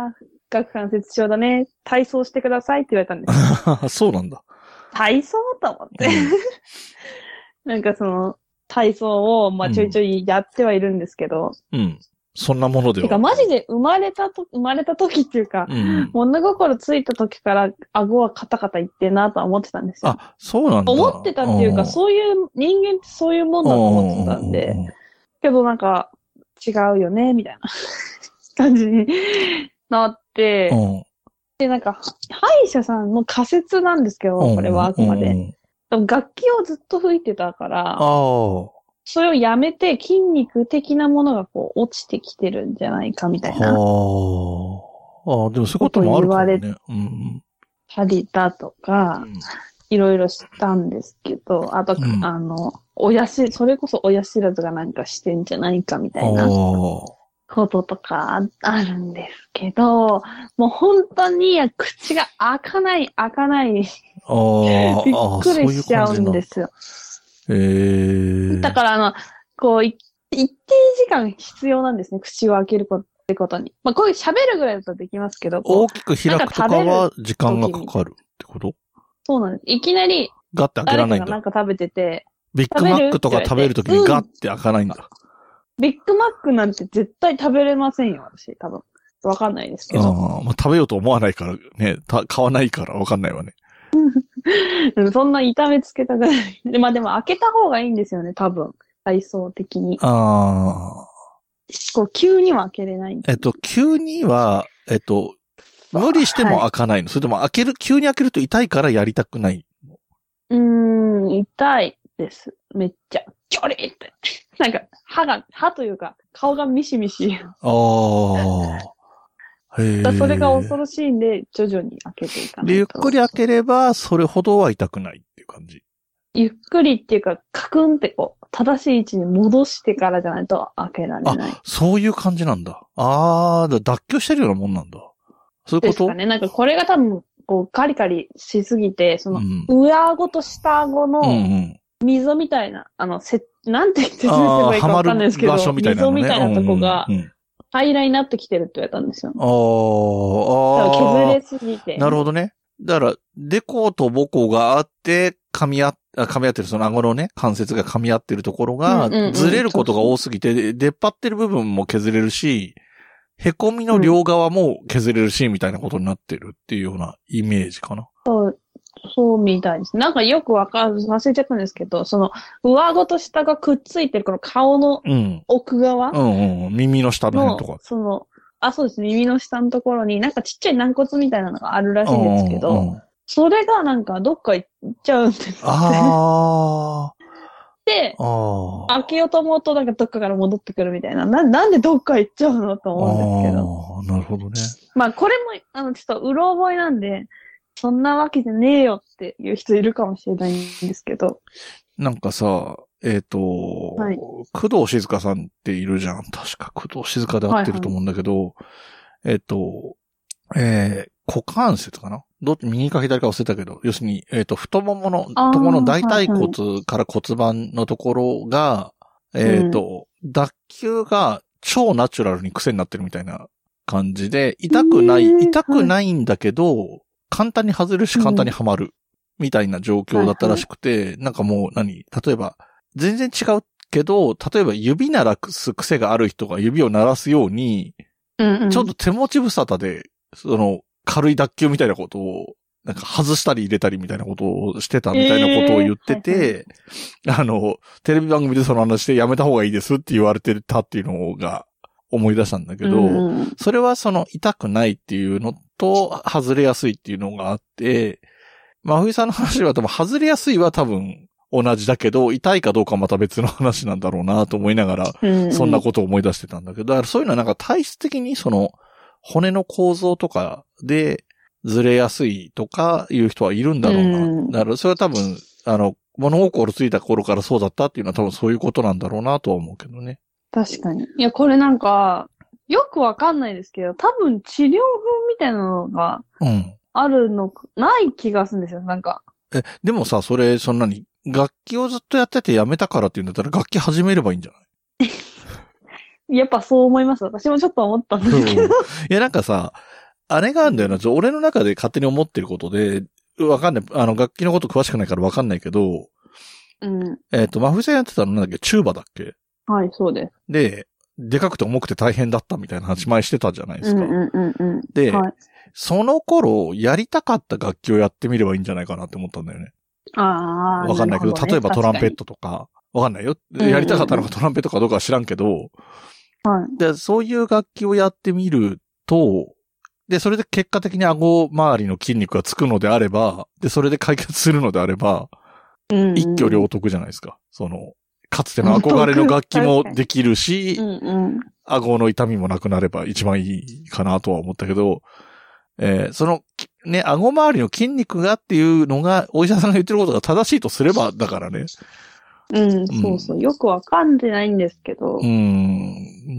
顎関節症だね。体操してくださいって言われたんですよ。 そうなんだ。 体操と思って。うん、なんかその、体操を、まあちょいちょいやってはいるんですけど。 うん。うん、そんなものでは。 てかマジで生まれたと、生まれた時っていうか、うん、物心ついた時から顎はカタカタいってんなとは思ってたんですよ。 あ、そうなんだ。 思ってたっていうか、そういう、人間ってそういうもんだと思ってたんで。けどなんか、違うよね、みたいな感じになって、で、なんか、歯医者さんの仮説なんですけど、これはあくまで。楽器をずっと吹いてたから、それをやめて筋肉的なものがこう落ちてきてるんじゃないかみたいな。ああ、でもそういうこともあるかもね。言われたりだとか、うん、いろいろしたんですけど、あと、うん、あの、親し、それこそ親知らずがなんかしてんじゃないかみたいなこととかあるんですけど、もう本当に口が開かない、開かない。びっくりしちゃうんですよ。 へー。 だからあの、こう、一定時間必要なんですね、口を開けることに。まあ、こういう喋るぐらいだとできますけど。 大きく開くとかは時間がかかるってこと？ そうなんです。いきなり、 ガッて開けられないんだ。 誰かがなんか食べてて、 ビッグマックとか食べるときにガッて開かないんだ、うん。 ビッグマックなんて絶対食べれませんよ、私。多分。わかんないですけど。 ああ、まあ、食べようと思わないからね、た買わないからわかんないわね。 そんな痛めつけたくない。でまあでも開けた方がいいんですよね、多分。体操的に。 ああ。 こう、急には開けれないんです。 えっと、急には、えっと、無理しても開かないの、はい、それとも開ける、急に開けると痛いからやりたくないの？ うーん、痛いです。めっちゃ。キョリって。なんか、歯が、歯というか、顔がミシミシ。ああ。へー。 それが恐ろしいんで、徐々に開けていかないと。 で、ゆっくり開ければ、それほどは痛くないっていう感じ。 ゆっくりっていうか、カクンってこう、正しい位置に戻してからじゃないと開けられない。 あ、そういう感じなんだ。ああ、脱臼してるようなもんなんだ。そういうことですかね。なんかこれが多分、こう、カリカリしすぎて、その、うん、上顎と下顎の、溝みたいな、あの、せ、なんて言って説明すればいいかわかんないですけど、 溝みたいな、ね、 溝みたいなとこが、平らになってきてるって言われたんですよ。 ああ。 削れすぎて。 なるほどね。だから、デコとボコがあって、噛み合っ、噛み合ってる、その顎のね、関節が噛み合ってるところが、ずれることが多すぎて、出っ張ってる部分も削れるし、凹みの両側も削れるし、みたいなことになってるっていうようなイメージかな。 そう、そうみたいです。なんかよくわかる、忘れちゃったんですけど、その、上顎と下がくっついてるこの顔の奥側、うん、 うんうん、耳の下の辺とか。 その、あ、そうですね、耳の下のところになんかちっちゃい軟骨みたいなのがあるらしいんですけど、うんうん、それがなんかどっか行っちゃうんです。 ああ。 で、開けようと思うとなんかどっかから戻ってくるみたいな。な、なんでどっか行っちゃうのと思うんですけど。 ああ、なるほどね。 まあこれも、あの、ちょっとうろ覚えなんで、そんなわけじゃねえよっていう人いるかもしれないんですけど。 なんかさ、えっと、はい、工藤静香さんっているじゃん。確か工藤静香で合ってると思うんだけど、はいはい、えっと、えー、股関節かなどっち、右か左か忘れたけど、要するに、えっと、太ももの、ところの大腿骨から骨盤のところが、はいはい、えっと、うん、脱臼が超ナチュラルに癖になってるみたいな感じで、痛くない、えー、痛くないんだけど、はい、簡単に外れるし簡単にはまる、みたいな状況だったらしくて、はいはい、なんかもう何例えば、全然違うけど、例えば指鳴らす癖がある人が指を鳴らすように、うんうん、ちょっと手持ち無沙汰で、その、軽い脱臼みたいなことを、なんか外したり入れたりみたいなことをしてたみたいなことを言ってて、えーはいはい、あの、テレビ番組でその話でやめた方がいいですって言われてたっていうのが思い出したんだけど、うん、それはその痛くないっていうのと、外れやすいっていうのがあって、真冬さんの話は多分外れやすいは多分同じだけど、痛いかどうかはまた別の話なんだろうなと思いながら、うん、そんなことを思い出してたんだけど、だからそういうのはなんか体質的にその、骨の構造とかでずれやすいとかいう人はいるんだろうな。うん、だからそれは多分、あの、物心ついた頃からそうだったっていうのは多分そういうことなんだろうなとは思うけどね。 確かに。いや、これなんか、よくわかんないですけど、多分治療法みたいなのがあるの、うん、ない気がするんですよ、なんか。 え、でもさ、それ、そんなに、楽器をずっとやっててやめたからっていうんだったら楽器始めればいいんじゃないやっぱそう思います。私もちょっと思ったんですけど。うん、いや、なんかさ、 あれがあるんだよな。俺の中で勝手に思ってることで、わかんない。あの、楽器のこと詳しくないからわかんないけど、 うん。 えっと、真冬さんやってたのなんだっけ？チューバだっけ？ はい、そうです。 で、でかくて重くて大変だったみたいな話前してたじゃないですか。 うんうんうんうん。 で、 はい、 その頃、やりたかった楽器をやってみればいいんじゃないかなって思ったんだよね。 ああ。 わかんないけど、ね、例えばトランペットとか、わかんないよ。やりたかったのがトランペットかどうかは知らんけど、 はい。 で、そういう楽器をやってみると、で、それで結果的に顎周りの筋肉がつくのであれば、で、それで解決するのであれば、うんうん、一挙両得じゃないですか。その、かつての憧れの楽器もできるし、うんうん、顎の痛みもなくなれば一番いいかなとは思ったけど、えー、その、ね、顎周りの筋肉がっていうのが、お医者さんが言ってることが正しいとすれば、だからね。 うん、うん、そうそう。よくわかんでないんですけど。 うん。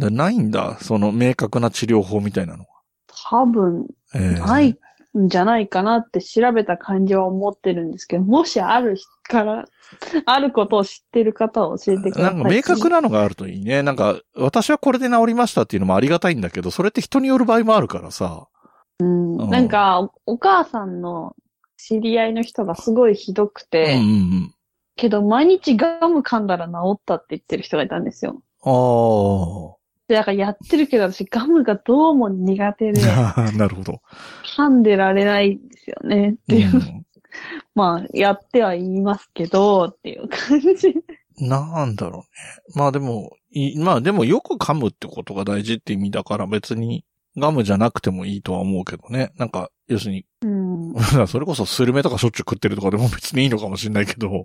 ないんだ。その明確な治療法みたいなのは。 多分、ないんじゃないかなって調べた感じは思ってるんですけど、もしあるから、あることを知ってる方は教えてください。 なんか明確なのがあるといいね。なんか、私はこれで治りましたっていうのもありがたいんだけど、それって人による場合もあるからさ。 うん。うん、なんか、お母さんの知り合いの人がすごいひどくて、うんうんうん、けど毎日ガム噛んだら治ったって言ってる人がいたんですよ。 ああ。 で、だからやってるけど私ガムがどうも苦手で。 なるほど。 噛んでられないんですよね。っていう。うん、まあ、やっては言いますけど、っていう感じ。 なんだろうね。まあでも、いまあでもよく噛むってことが大事って意味だから別にガムじゃなくてもいいとは思うけどね。なんか、要するに。うん、それこそスルメとかしょっちゅう食ってるとかでも別にいいのかもしれないけど。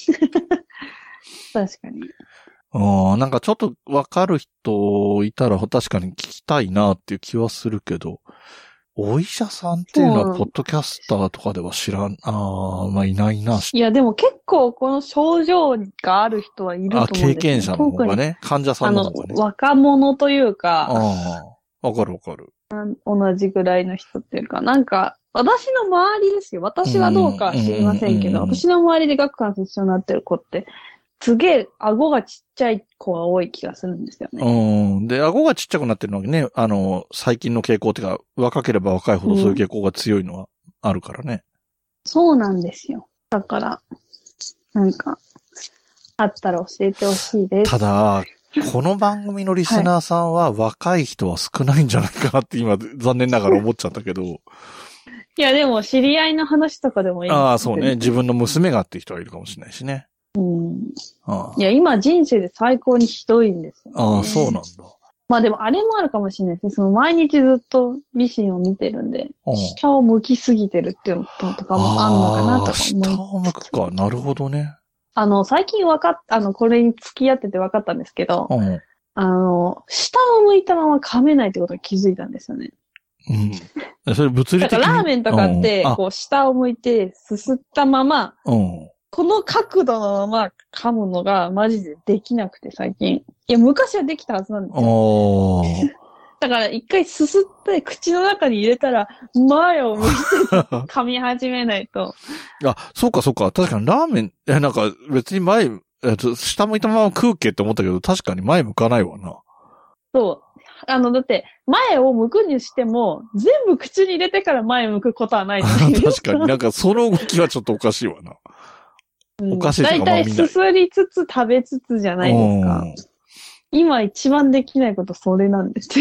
確かに。 ああ、なんかちょっとわかる人いたら確かに聞きたいなっていう気はするけど、お医者さんっていうのはポッドキャスターとかでは知らん、ああ、まあいないな。 いやでも結構この症状がある人はいると思うんですよ。 あ、経験者の方がね、患者さんの方がね。 あの、若者というか。 ああ、わかるわかる。 同じぐらいの人っていうか、なんか、私の周りですよ。私はどうかは知りませんけど、私の周りで顎関節症になってる子って、すげえ、顎がちっちゃい子が多い気がするんですよね。 うん。で、顎がちっちゃくなってるのはね、あの、最近の傾向っていうか、若ければ若いほどそういう傾向が強いのはあるからね。うん、 そうなんですよ。だから、なんか、あったら教えてほしいです。 ただ、この番組のリスナーさんは若い人は少ないんじゃないかなって今、残念ながら思っちゃったけど。いや、でも知り合いの話とかでもいい。 ああ、そうね。自分の娘がって人はいるかもしれないしね。 うん、ああいや、今人生で最高にひどいんですよ、ね。 ああ、そうなんだ。 まあでもあれもあるかもしれないですね。その毎日ずっとミシンを見てるんで、うん、下を向きすぎてるっていうのとかもあるのかなとか思います。 下を向くか。なるほどね。 あの、最近分かっ、あの、これに付き合ってて分かったんですけど、うん、あの、下を向いたまま噛めないってことに気づいたんですよね。 うん。それ物理的に。 だからラーメンとかって、こう、下を向いて、すすったまま、うん、この角度のまま噛むのがマジでできなくて最近。いや、昔はできたはずなんですよ。だから一回すすって口の中に入れたら前を向いて噛み始めないと。 あ、そうかそうか。確かにラーメン、え、なんか別に前、えっと、下向いたまま食うけって思ったけど、確かに前向かないわな。 そう。あの、だって、前を向くにしても、全部口に入れてから前向くことはないじゃないですか。 確かになんかその動きはちょっとおかしいわな。おかしいとかもうみんな。 だいたいすすりつつ食べつつじゃないですか。今一番できないことそれなんです。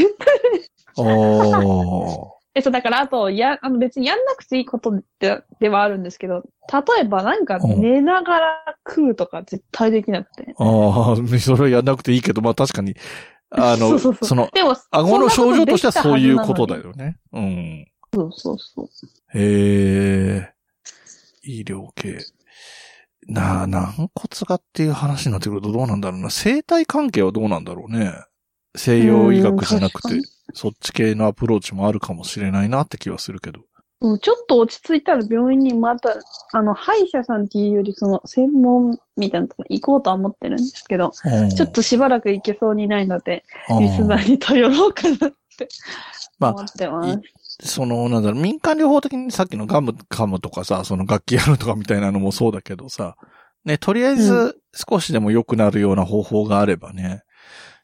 おえ、そう、だからあと、や、あの別にやんなくていいことで、ではあるんですけど、例えばなんか寝ながら食うとか絶対できなくて。 ああ、それはやんなくていいけど、まあ確かに、あの、そうそうそうその、 でも、 顎の症状としてはそういうことだよね。うん。 そうそうそう。 へえ、医療系。なあ、軟骨がっていう話になってくるとどうなんだろうな。生態関係はどうなんだろうね。西洋医学じゃなくて、そっち系のアプローチもあるかもしれないなって気はするけど。 うん、ちょっと落ち着いたら病院にまた、あの、歯医者さんっていうより、その、専門みたいなとこ行こうとは思ってるんですけど、ちょっとしばらく行けそうにないので、リスナーに頼ろうかなって思ってます。まあその、なんだろう、民間療法的にさっきのガム噛むとかさ、その楽器やるとかみたいなのもそうだけどさ、ね、とりあえず少しでも良くなるような方法があればね、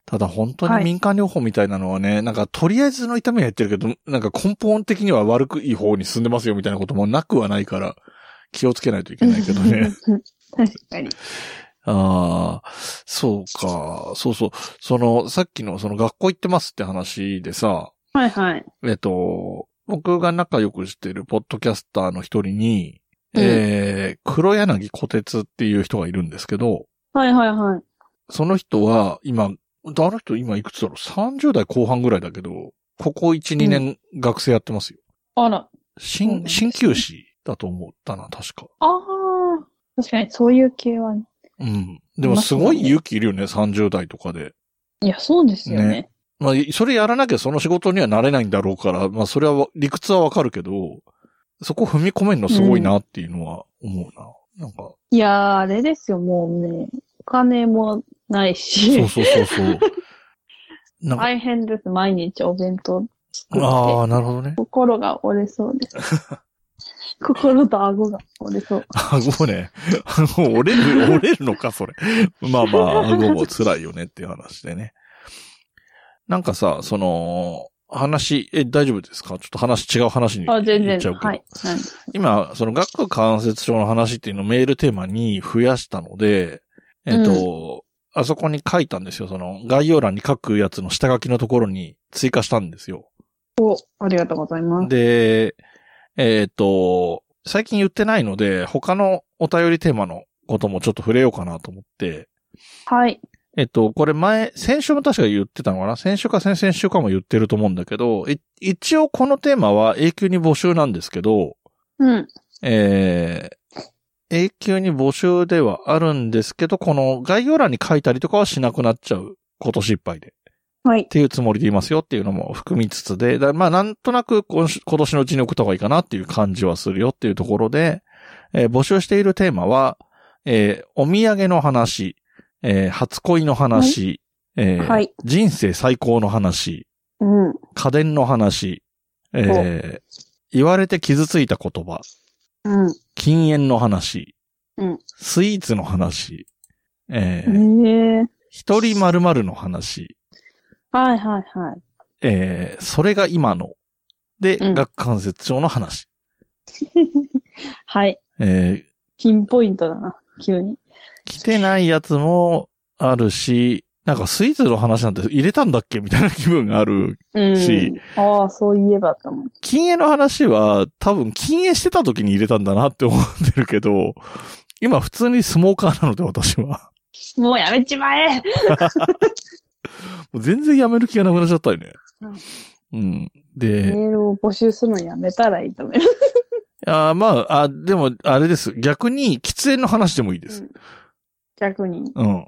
ただ本当に民間療法みたいなのはね、はい、なんかとりあえずの痛みは言ってるけど、なんか根本的には悪くいい方に進んでますよみたいなこともなくはないから、気をつけないといけないけどね。 確かに。 ああ、そうか。そうそう。その、さっきのその学校行ってますって話でさ。 はいはい。 えっと、僕が仲良くしているポッドキャスターの一人に、うん、えー、黒柳小鉄っていう人がいるんですけど。 はいはいはい。 その人は今、あの人今いくつだろう ?さんじゅう 代後半ぐらいだけど、ここいち、にねん学生やってますよ。 あら。 新、鍼灸師だと思ったな、確か。 ああ、確かにそういう系はね。 うん。でもすごい勇気いるよね、さんじゅう代とかで。 いや、そうですよね。ね、 まあ、それやらなきゃその仕事にはなれないんだろうから、まあ、それは、理屈はわかるけど、そこ踏み込めるのすごいなっていうのは思うな。うん、なんか。 いやー、あれですよ、もうね、お金もないし。 そうそうそうそう。 なんか大変です、毎日お弁当作って。 ああ、なるほどね。 心が折れそうです。心と顎が折れそう。 顎ね。顎折れる、折れるのか、それ。まあまあ、顎も辛いよねっていう話でね。なんかさ、その、話、え、大丈夫ですか？ちょっと話、違う話に行っちゃうけど。あ、全然。はい。今、その顎関節症の話っていうのをメールテーマに増やしたので、えっと、うん、あそこに書いたんですよ。その、概要欄に書くやつの下書きのところに追加したんですよ。 お、ありがとうございます。 で、えっと、最近言ってないので、他のお便りテーマのこともちょっと触れようかなと思って。 はい。 えっと、これ前、先週も確か言ってたのかな？先週か先々週かも言ってると思うんだけど、一応このテーマは永久に募集なんですけど、 うん。 えー、永久に募集ではあるんですけど、この概要欄に書いたりとかはしなくなっちゃう。今年いっぱいで。 はい。 っていうつもりでいますよっていうのも含みつつで、だまあなんとなく今年のうちに送った方がいいかなっていう感じはするよっていうところで、えー、募集しているテーマは、えー、お土産の話、えー、初恋の話、はいえーはい、人生最高の話、 うん、 家電の話、えー、言われて傷ついた言葉、 うん、 禁煙の話、 うん、 スイーツの話、えー、 えー、 一人〇〇の話、 はいはいはい。 えー、それが今の。で、うん、顎関節症の話。 はい。 えー、 ピンポイントだな、急に。 来てないやつもあるし、なんかスイーツの話なんて入れたんだっけみたいな気分があるし。 うん、ああ、そういえばと思う。 禁煙の話は多分禁煙してた時に入れたんだなって思ってるけど、今普通にスモーカーなので私は。 もうやめちまえもう全然やめる気がなくなっちゃったよね。うん。うん、で。 メールを募集するのやめたらいいと思う。 あまあ、あ、でも、あれです。逆に、喫煙の話でもいいです。うん、 逆に。 うん。 うん。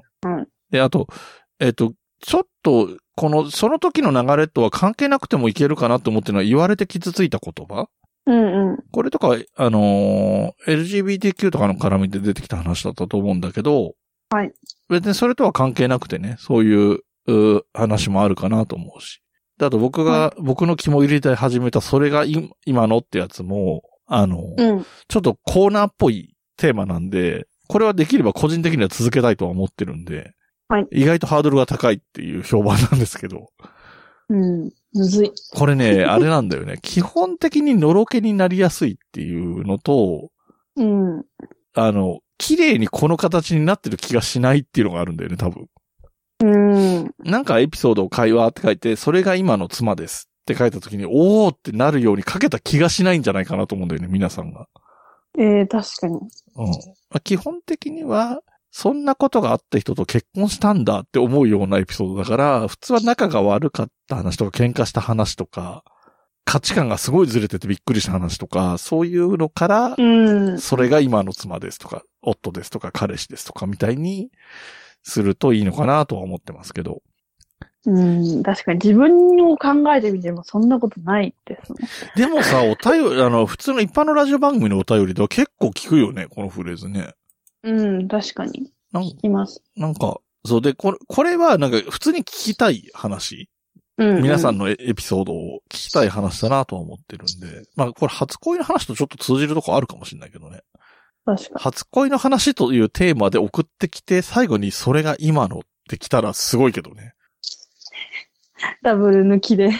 で、あと、えっと、ちょっと、この、その時の流れとは関係なくてもいけるかなと思ってるのは、言われて傷ついた言葉うんうん。 これとか、あのー、エルジービーティーキュー とかの絡みで出てきた話だったと思うんだけど、 はい。 別にそれとは関係なくてね、そういう、う話もあるかなと思うし。で、あと僕が、はい、僕の肝入れて始めた、それが今のってやつも、あの、 うん、 ちょっとコーナーっぽいテーマなんで、これはできれば個人的には続けたいとは思ってるんで、 はい。 意外とハードルが高いっていう評判なんですけど。 うん、むずい。 これね、あれなんだよね。基本的にのろけになりやすいっていうのと、 うん。 あの、綺麗にこの形になってる気がしないっていうのがあるんだよね、多分。 うん。 なんかエピソードを会話って書いて、それが今の妻ですって書いたときに、おーってなるように書けた気がしないんじゃないかなと思うんだよね、皆さんが。 ええー、確かに。うん。 まあ、基本的には、そんなことがあった人と結婚したんだって思うようなエピソードだから、普通は仲が悪かった話とか喧嘩した話とか、価値観がすごいずれててびっくりした話とか、そういうのから、 うん、 それが今の妻ですとか、夫ですとか、彼氏ですとかみたいにするといいのかなとは思ってますけど。 うん、確かに自分を考えてみてもそんなことないですね。 でもさ、お便り、あの、普通の一般のラジオ番組のお便りでは結構聞くよね、このフレーズね。 うん、確かに。聞きます。 なんか、そうで、これ、これはなんか普通に聞きたい話。 うんうん、 皆さんのエピソードを聞きたい話だなとは思ってるんで。まあ、これ初恋の話とちょっと通じるとこあるかもしれないけどね。 確かに。 初恋の話というテーマで送ってきて、最後にそれが今のってきたらすごいけどね。 ダブル抜きで。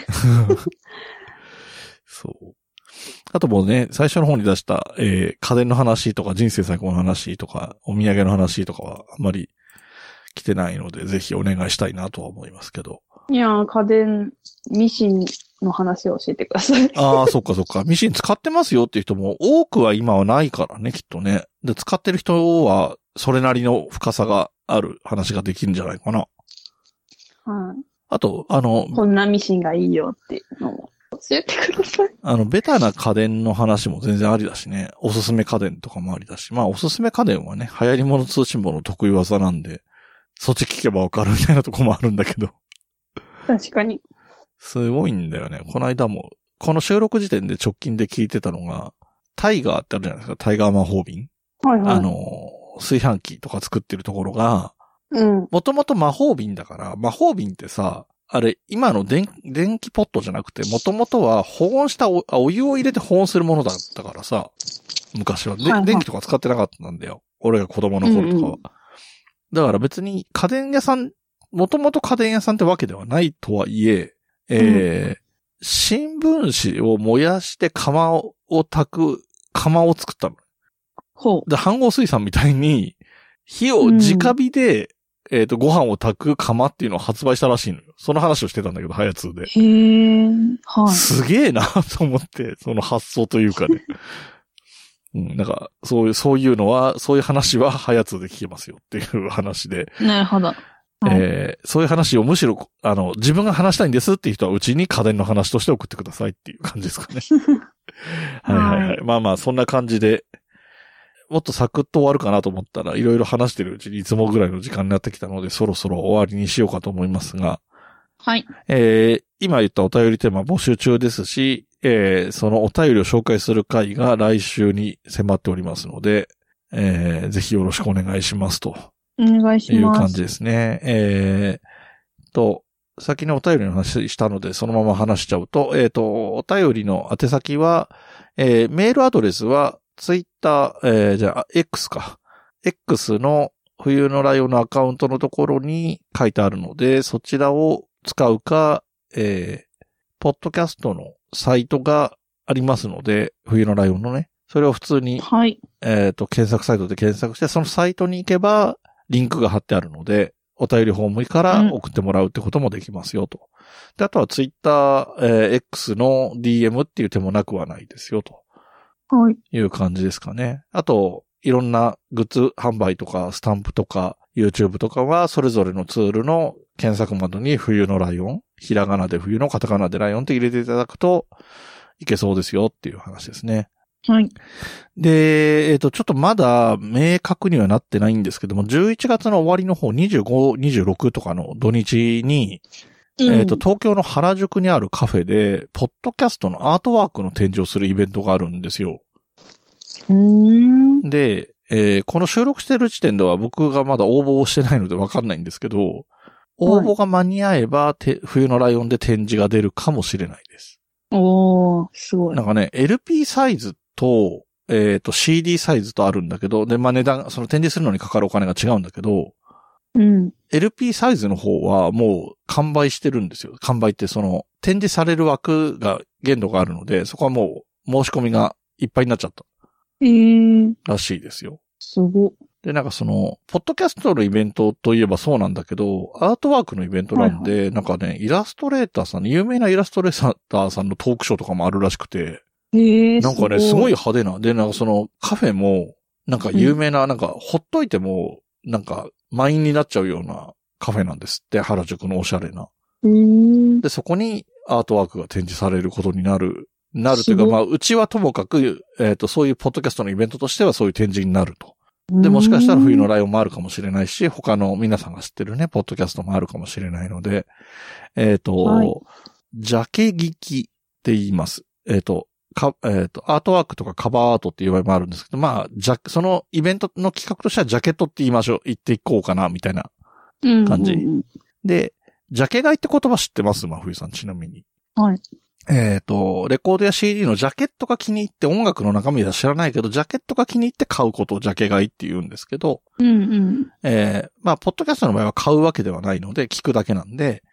そう。あともうね、最初の方に出した、えー、家電の話とか人生最高の話とか、お土産の話とかはあんまり来てないので、ぜひお願いしたいなとは思いますけど。 いやー、家電、ミシンの話を教えてください。 ああ、そっかそっか。ミシン使ってますよっていう人も多くは今はないからね、きっとね。で、使ってる人はそれなりの深さがある話ができるんじゃないかな。 はい。 あと、あの、 こんなミシンがいいよっていうのも教えてください。 あの、ベタな家電の話も全然ありだしね。おすすめ家電とかもありだし。まあ、おすすめ家電はね、流行り物通信簿の得意技なんで、そっち聞けばわかるみたいなとこもあるんだけど。 確かに。 すごいんだよね。この間も、この収録時点で直近で聞いてたのが、タイガーってあるじゃないですか。タイガー魔法瓶。 はいはい。 あの、炊飯器とか作ってるところが、 うん。 もともと魔法瓶だから、魔法瓶ってさ、あれ、今の電、電気ポットじゃなくて、もともとは保温したお、お湯を入れて保温するものだったからさ、昔は。で、はいはい、電気とか使ってなかったんだよ。俺が子供の頃とかは。うんうん、だから別に家電屋さん、もともと家電屋さんってわけではないとはいえ、えー、うん、新聞紙を燃やして釜を炊く、釜を作ったの。 ほう。 で、飯合水産みたいに、火を直火で、うんえっと、ご飯を炊く釜っていうのを発売したらしいのよ。その話をしてたんだけど、ハヤツーで。 へー。はい。 すげえなと思って、その発想というかね。うん、なんか、そういう、そういうのは、そういう話はハヤツーで聞けますよっていう話で。 なるほど。はい、 えー、そういう話をむしろ、あの、自分が話したいんですっていう人はうちに家電の話として送ってくださいっていう感じですかね。はいはいはい。まあまあ、そんな感じで、もっとサクッと終わるかなと思ったら、いろいろ話してるうちにいつもぐらいの時間になってきたので、そろそろ終わりにしようかと思いますが。 はい。 えー、今言ったお便りテーマ募集中ですし、えー、そのお便りを紹介する回が来週に迫っておりますので、えー、ぜひよろしくお願いしますと。 お願いします。 いう感じですね。えー、と、先にお便りの話したので、そのまま話しちゃうと、えーと、お便りの宛先は、えー、メールアドレスは、ツイッター、えー、じゃあ、X か。X の冬のライオンのアカウントのところに書いてあるので、そちらを使うか、えー、ポッドキャストのサイトがありますので、冬のライオンのね、それを普通に、 はい。 えっと、検索サイトで検索して、そのサイトに行けば、リンクが貼ってあるので、お便りフォームから送ってもらうってこともできますよと。で、あとはツイッター、えー、X の ディーエム っていう手もなくはないですよと。 はい。 いう感じですかね。あと、いろんなグッズ販売とか、スタンプとか、YouTube とかは、それぞれのツールの検索窓に冬のライオン、ひらがなで冬のカタカナでライオンって入れていただくと、いけそうですよっていう話ですね。 はい。 で、えっと、ちょっとまだ明確にはなってないんですけども、じゅういちがつの終わりの方、にじゅうご、にじゅうろくとかの土日に、うん、えっと、東京の原宿にあるカフェで、ポッドキャストのアートワークの展示をするイベントがあるんですよ。 うーんで、えー、この収録してる時点では僕がまだ応募をしてないのでわかんないんですけど、応募が間に合えば、て冬のライオンで展示が出るかもしれないです。 おー、すごい。 なんかね、エルピー サイズと、えっと、シーディー サイズとあるんだけど、で、まあ、値段、その展示するのにかかるお金が違うんだけど、 うん。 エルピー サイズの方はもう完売してるんですよ。完売ってその、展示される枠が、限度があるので、そこはもう申し込みがいっぱいになっちゃった。 えー。 らしいですよ。 すご。 で、なんかその、ポッドキャストのイベントといえばそうなんだけど、アートワークのイベントなんで、はいはい、なんかね、イラストレーターさん、有名なイラストレーターさんのトークショーとかもあるらしくて、 えー、 なんかね、すごい派手な。で、なんかその、カフェも、なんか有名な、うん、なんか、ほっといても、なんか、満員になっちゃうようなカフェなんですって、原宿のおしゃれな。 うーんで、そこにアートワークが展示されることになる。なるというか、まあ、うちはともかく、えっと、そういうポッドキャストのイベントとしてはそういう展示になると。で、もしかしたら冬のライオンもあるかもしれないし、他の皆さんが知ってるね、ポッドキャストもあるかもしれないので、えっと、はい、ジャケ聞きって言います。えっと、か、えっと、アートワークとかカバーアートっていう場合もあるんですけど、まあ、ジャ、そのイベントの企画としてはジャケットって言いましょう、言っていこうかな、みたいな感じ。うんうんうん、で、ジャケ買いって言葉知ってます？真冬さん、ちなみに。 はい。 えっと、レコードや シーディー のジャケットが気に入って音楽の中身は知らないけど、ジャケットが気に入って買うことをジャケ買いって言うんですけど、 うんうん。 えー、まあ、ポッドキャストの場合は買うわけではないので、聞くだけなんで、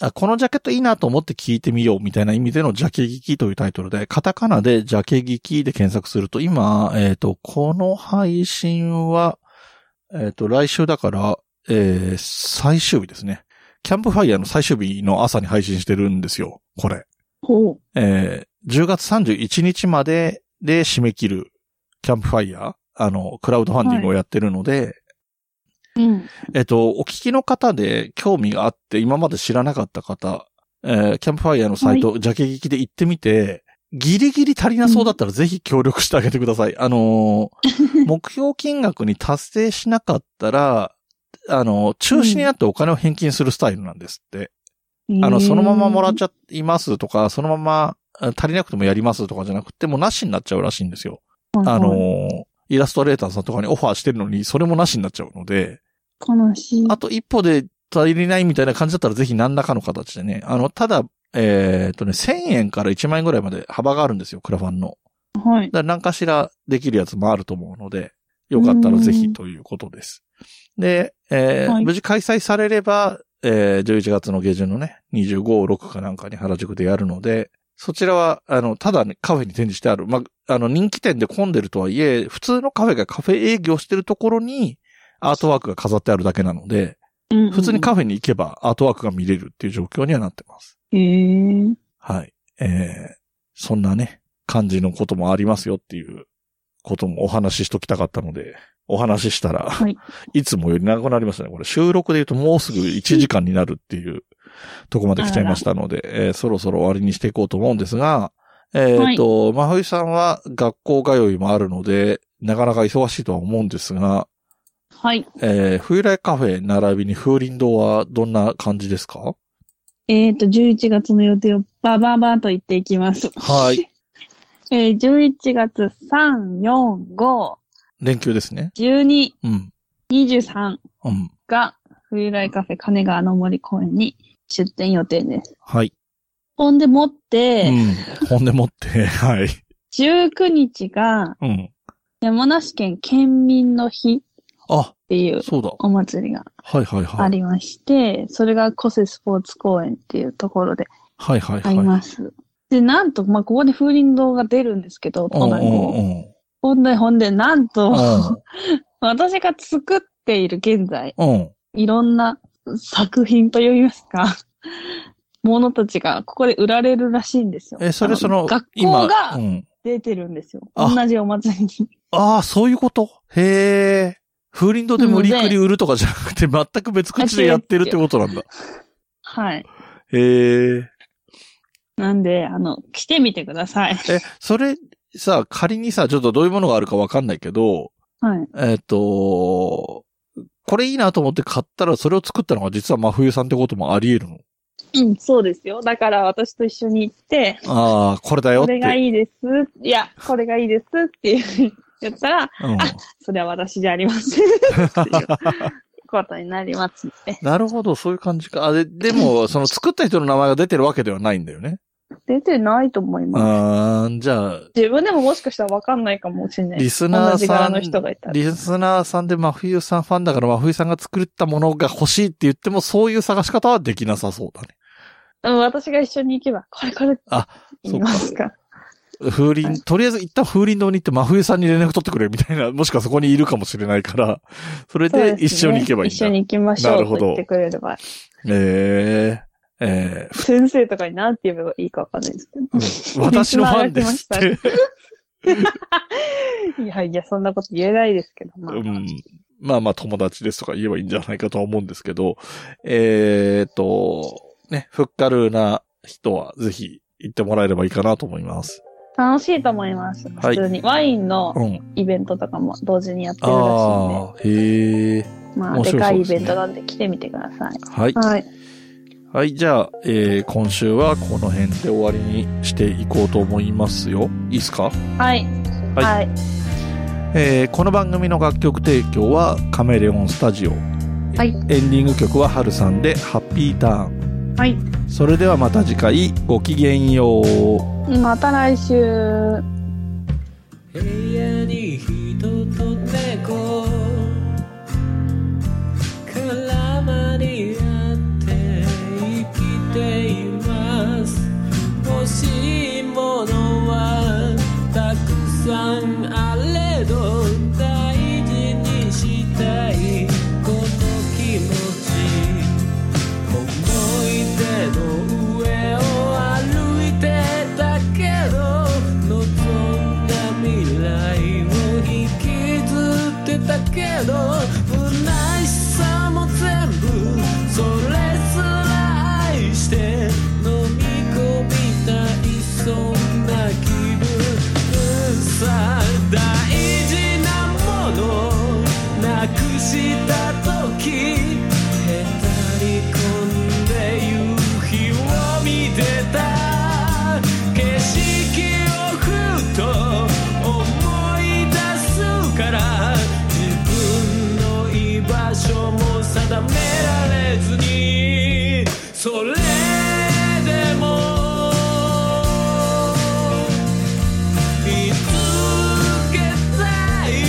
あ、このジャケットいいなと思って聞いてみようみたいな意味でのジャケ聞きというタイトルで、カタカナでジャケ聞きで検索すると、今、えっと、この配信は、えっと、来週だから、えー、最終日ですね。キャンプファイヤーの最終日の朝に配信してるんですよ、これ。 ほう。 えー、じゅうがつさんじゅういちにちまでで締め切るキャンプファイヤー、あの、クラウドファンディングをやってるので、 はい、うん。 えっと、お聞きの方で興味があって今まで知らなかった方、えー、キャンプファイヤーのサイト、はい、ジャケ聞きで行ってみて、ギリギリ足りなそうだったらぜひ協力してあげてください。うん、あのー、目標金額に達成しなかったら、あの、中止になってお金を返金するスタイルなんですって。うん、あの、そのままもらっちゃいますとか、そのまま足りなくてもやりますとかじゃなくて、もうなしになっちゃうらしいんですよ。はいはい、あのー、イラストレーターさんとかにオファーしてるのに、それもなしになっちゃうので。 悲しい。 あと一歩で足りないみたいな感じだったらぜひ何らかの形でね。あの、ただ、えー、っとね、せんえんからいちまんえんぐらいまで幅があるんですよ、クラファンの。 はい。 だから何かしらできるやつもあると思うので、よかったらぜひということです。で、えーはい、無事開催されれば、えー、じゅういちがつの下旬のね、にじゅうご、ろくかなんかに原宿でやるので、そちらは、あの、ただね、カフェに展示してある。ま、あの、人気店で混んでるとはいえ、普通のカフェがカフェ営業してるところに、アートワークが飾ってあるだけなので、うんうん、普通にカフェに行けばアートワークが見れるっていう状況にはなってます。 へー。 はい。えー、そんなね、感じのこともありますよっていうこともお話ししときたかったので、お話ししたら、はい、いつもより長くなりましたね。これ収録で言うともうすぐいちじかんになるっていうとこまで来ちゃいましたので、えー、そろそろ終わりにしていこうと思うんですが、えっと、まふいさんは学校通いもあるので、なかなか忙しいとは思うんですが、 はい。 えー、冬来カフェ並びに風鈴堂はどんな感じですか？ えっと、じゅういちがつの予定をバババーと言っていきます。 はい。 えー、じゅういちがつさん、よん、ご。 連休ですね。 じゅうに、 うん、 にじゅうさんが、 うん、 冬来カフェ金川の森公園に出店予定です。 はい。 ほんでもって、 うん、ほんでもって、はい。 じゅうくにちが、 うん、 山梨県県民の日っていうお祭りがありまして、はいはいはい、それが小瀬スポーツ公園っていうところであります。はいはいはい、で、なんと、まあ、ここで風鈴堂が出るんですけど、都内を。ほんで、ほんで、なんと、私が作っている現在、いろんな作品といいますか、ものたちがここで売られるらしいんですよ。 え、それその、 学校が出てるんですよ。同じお祭りに。 ああ、そういうことへえ。風鈴堂で無理くり売るとかじゃなくて、全く別口でやってるってことなんだ。 はい。 へえ。 なんで、あの、来てみてください。 え、それ、さ、仮にさ、ちょっとどういうものがあるかわかんないけど、 はい。 えっと、これいいなと思って買ったら、それを作ったのが実は真冬さんってこともあり得るの？ うん、そうですよ。だから私と一緒に行って、 ああ、これだよって。 これがいいです。いや、これがいいですっていう言ったら、うん、あ、それは私じゃありませんっていうことになりますね。 なるほど、そういう感じか。あで、でも、その作った人の名前が出てるわけではないんだよね。 出てないと思います。 あー、じゃあ。 自分でももしかしたらわかんないかもしれない。 リスナーさん。同じ柄の人がいたら。 リスナーさんで真冬さんファンだから真冬さんが作ったものが欲しいって言っても、そういう探し方はできなさそうだね。 うん、私が一緒に行けば、これこれってあ、 言いますか。 風鈴、はい、とりあえず一旦風鈴堂に行って真冬さんに連絡取ってくれみたいな、もしくはそこにいるかもしれないから、それで一緒に行けばいいんだ。 一緒に行きましょうと言ってくれれば。 ええー。えー、 先生とかに何て言えばいいかわかんないですけど。 うん、私のファンですって。 いやいや、そんなこと言えないですけど、まあ、 うん。まあまあ友達ですとか言えばいいんじゃないかとは思うんですけど、えーと、ね、フッカルーな人はぜひ行ってもらえればいいかなと思います。 楽しいと思います。普通に。はい、ワインのイベントとかも同時にやってるらしいんで。ああ、へえ。 まあ、でかいイベントなんで来てみてください。 はい。はい。はい、じゃあ、えー、今週はこの辺で終わりにしていこうと思いますよ。いいですか？ はい。はい。はい、 えー、この番組の楽曲提供はカメレオンスタジオ。 はい。 エンディング曲はハルさんでハッピーターン。 はい。 それではまた次回ごきげんよう。 また来週。部屋に人と猫絡まり合って生きてたけど虚しさも全部それすら愛して飲み込みたいそんな気分さ大事なものなくした時へたり込んで夕日を見てた景色をふと思い出すから自分の居場所も定められずにそれでも見つけたい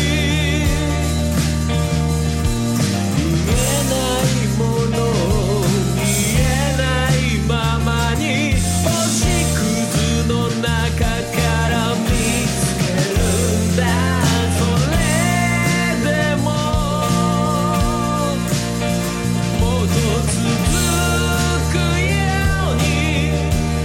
見えないもの見えないままに星屑の中から見つけるんだそれでももっと続くように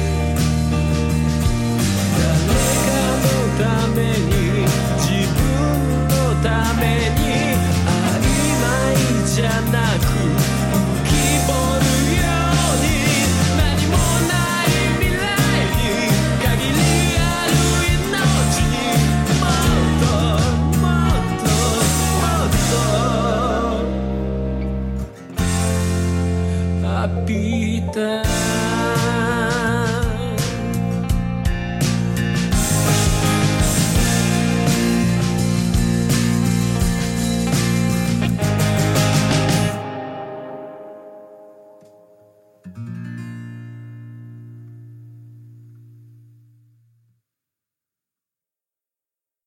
誰かのために自分のために曖昧じゃなく浮き彫るように何もない未来に限りある命にもっともっともっと浴びたい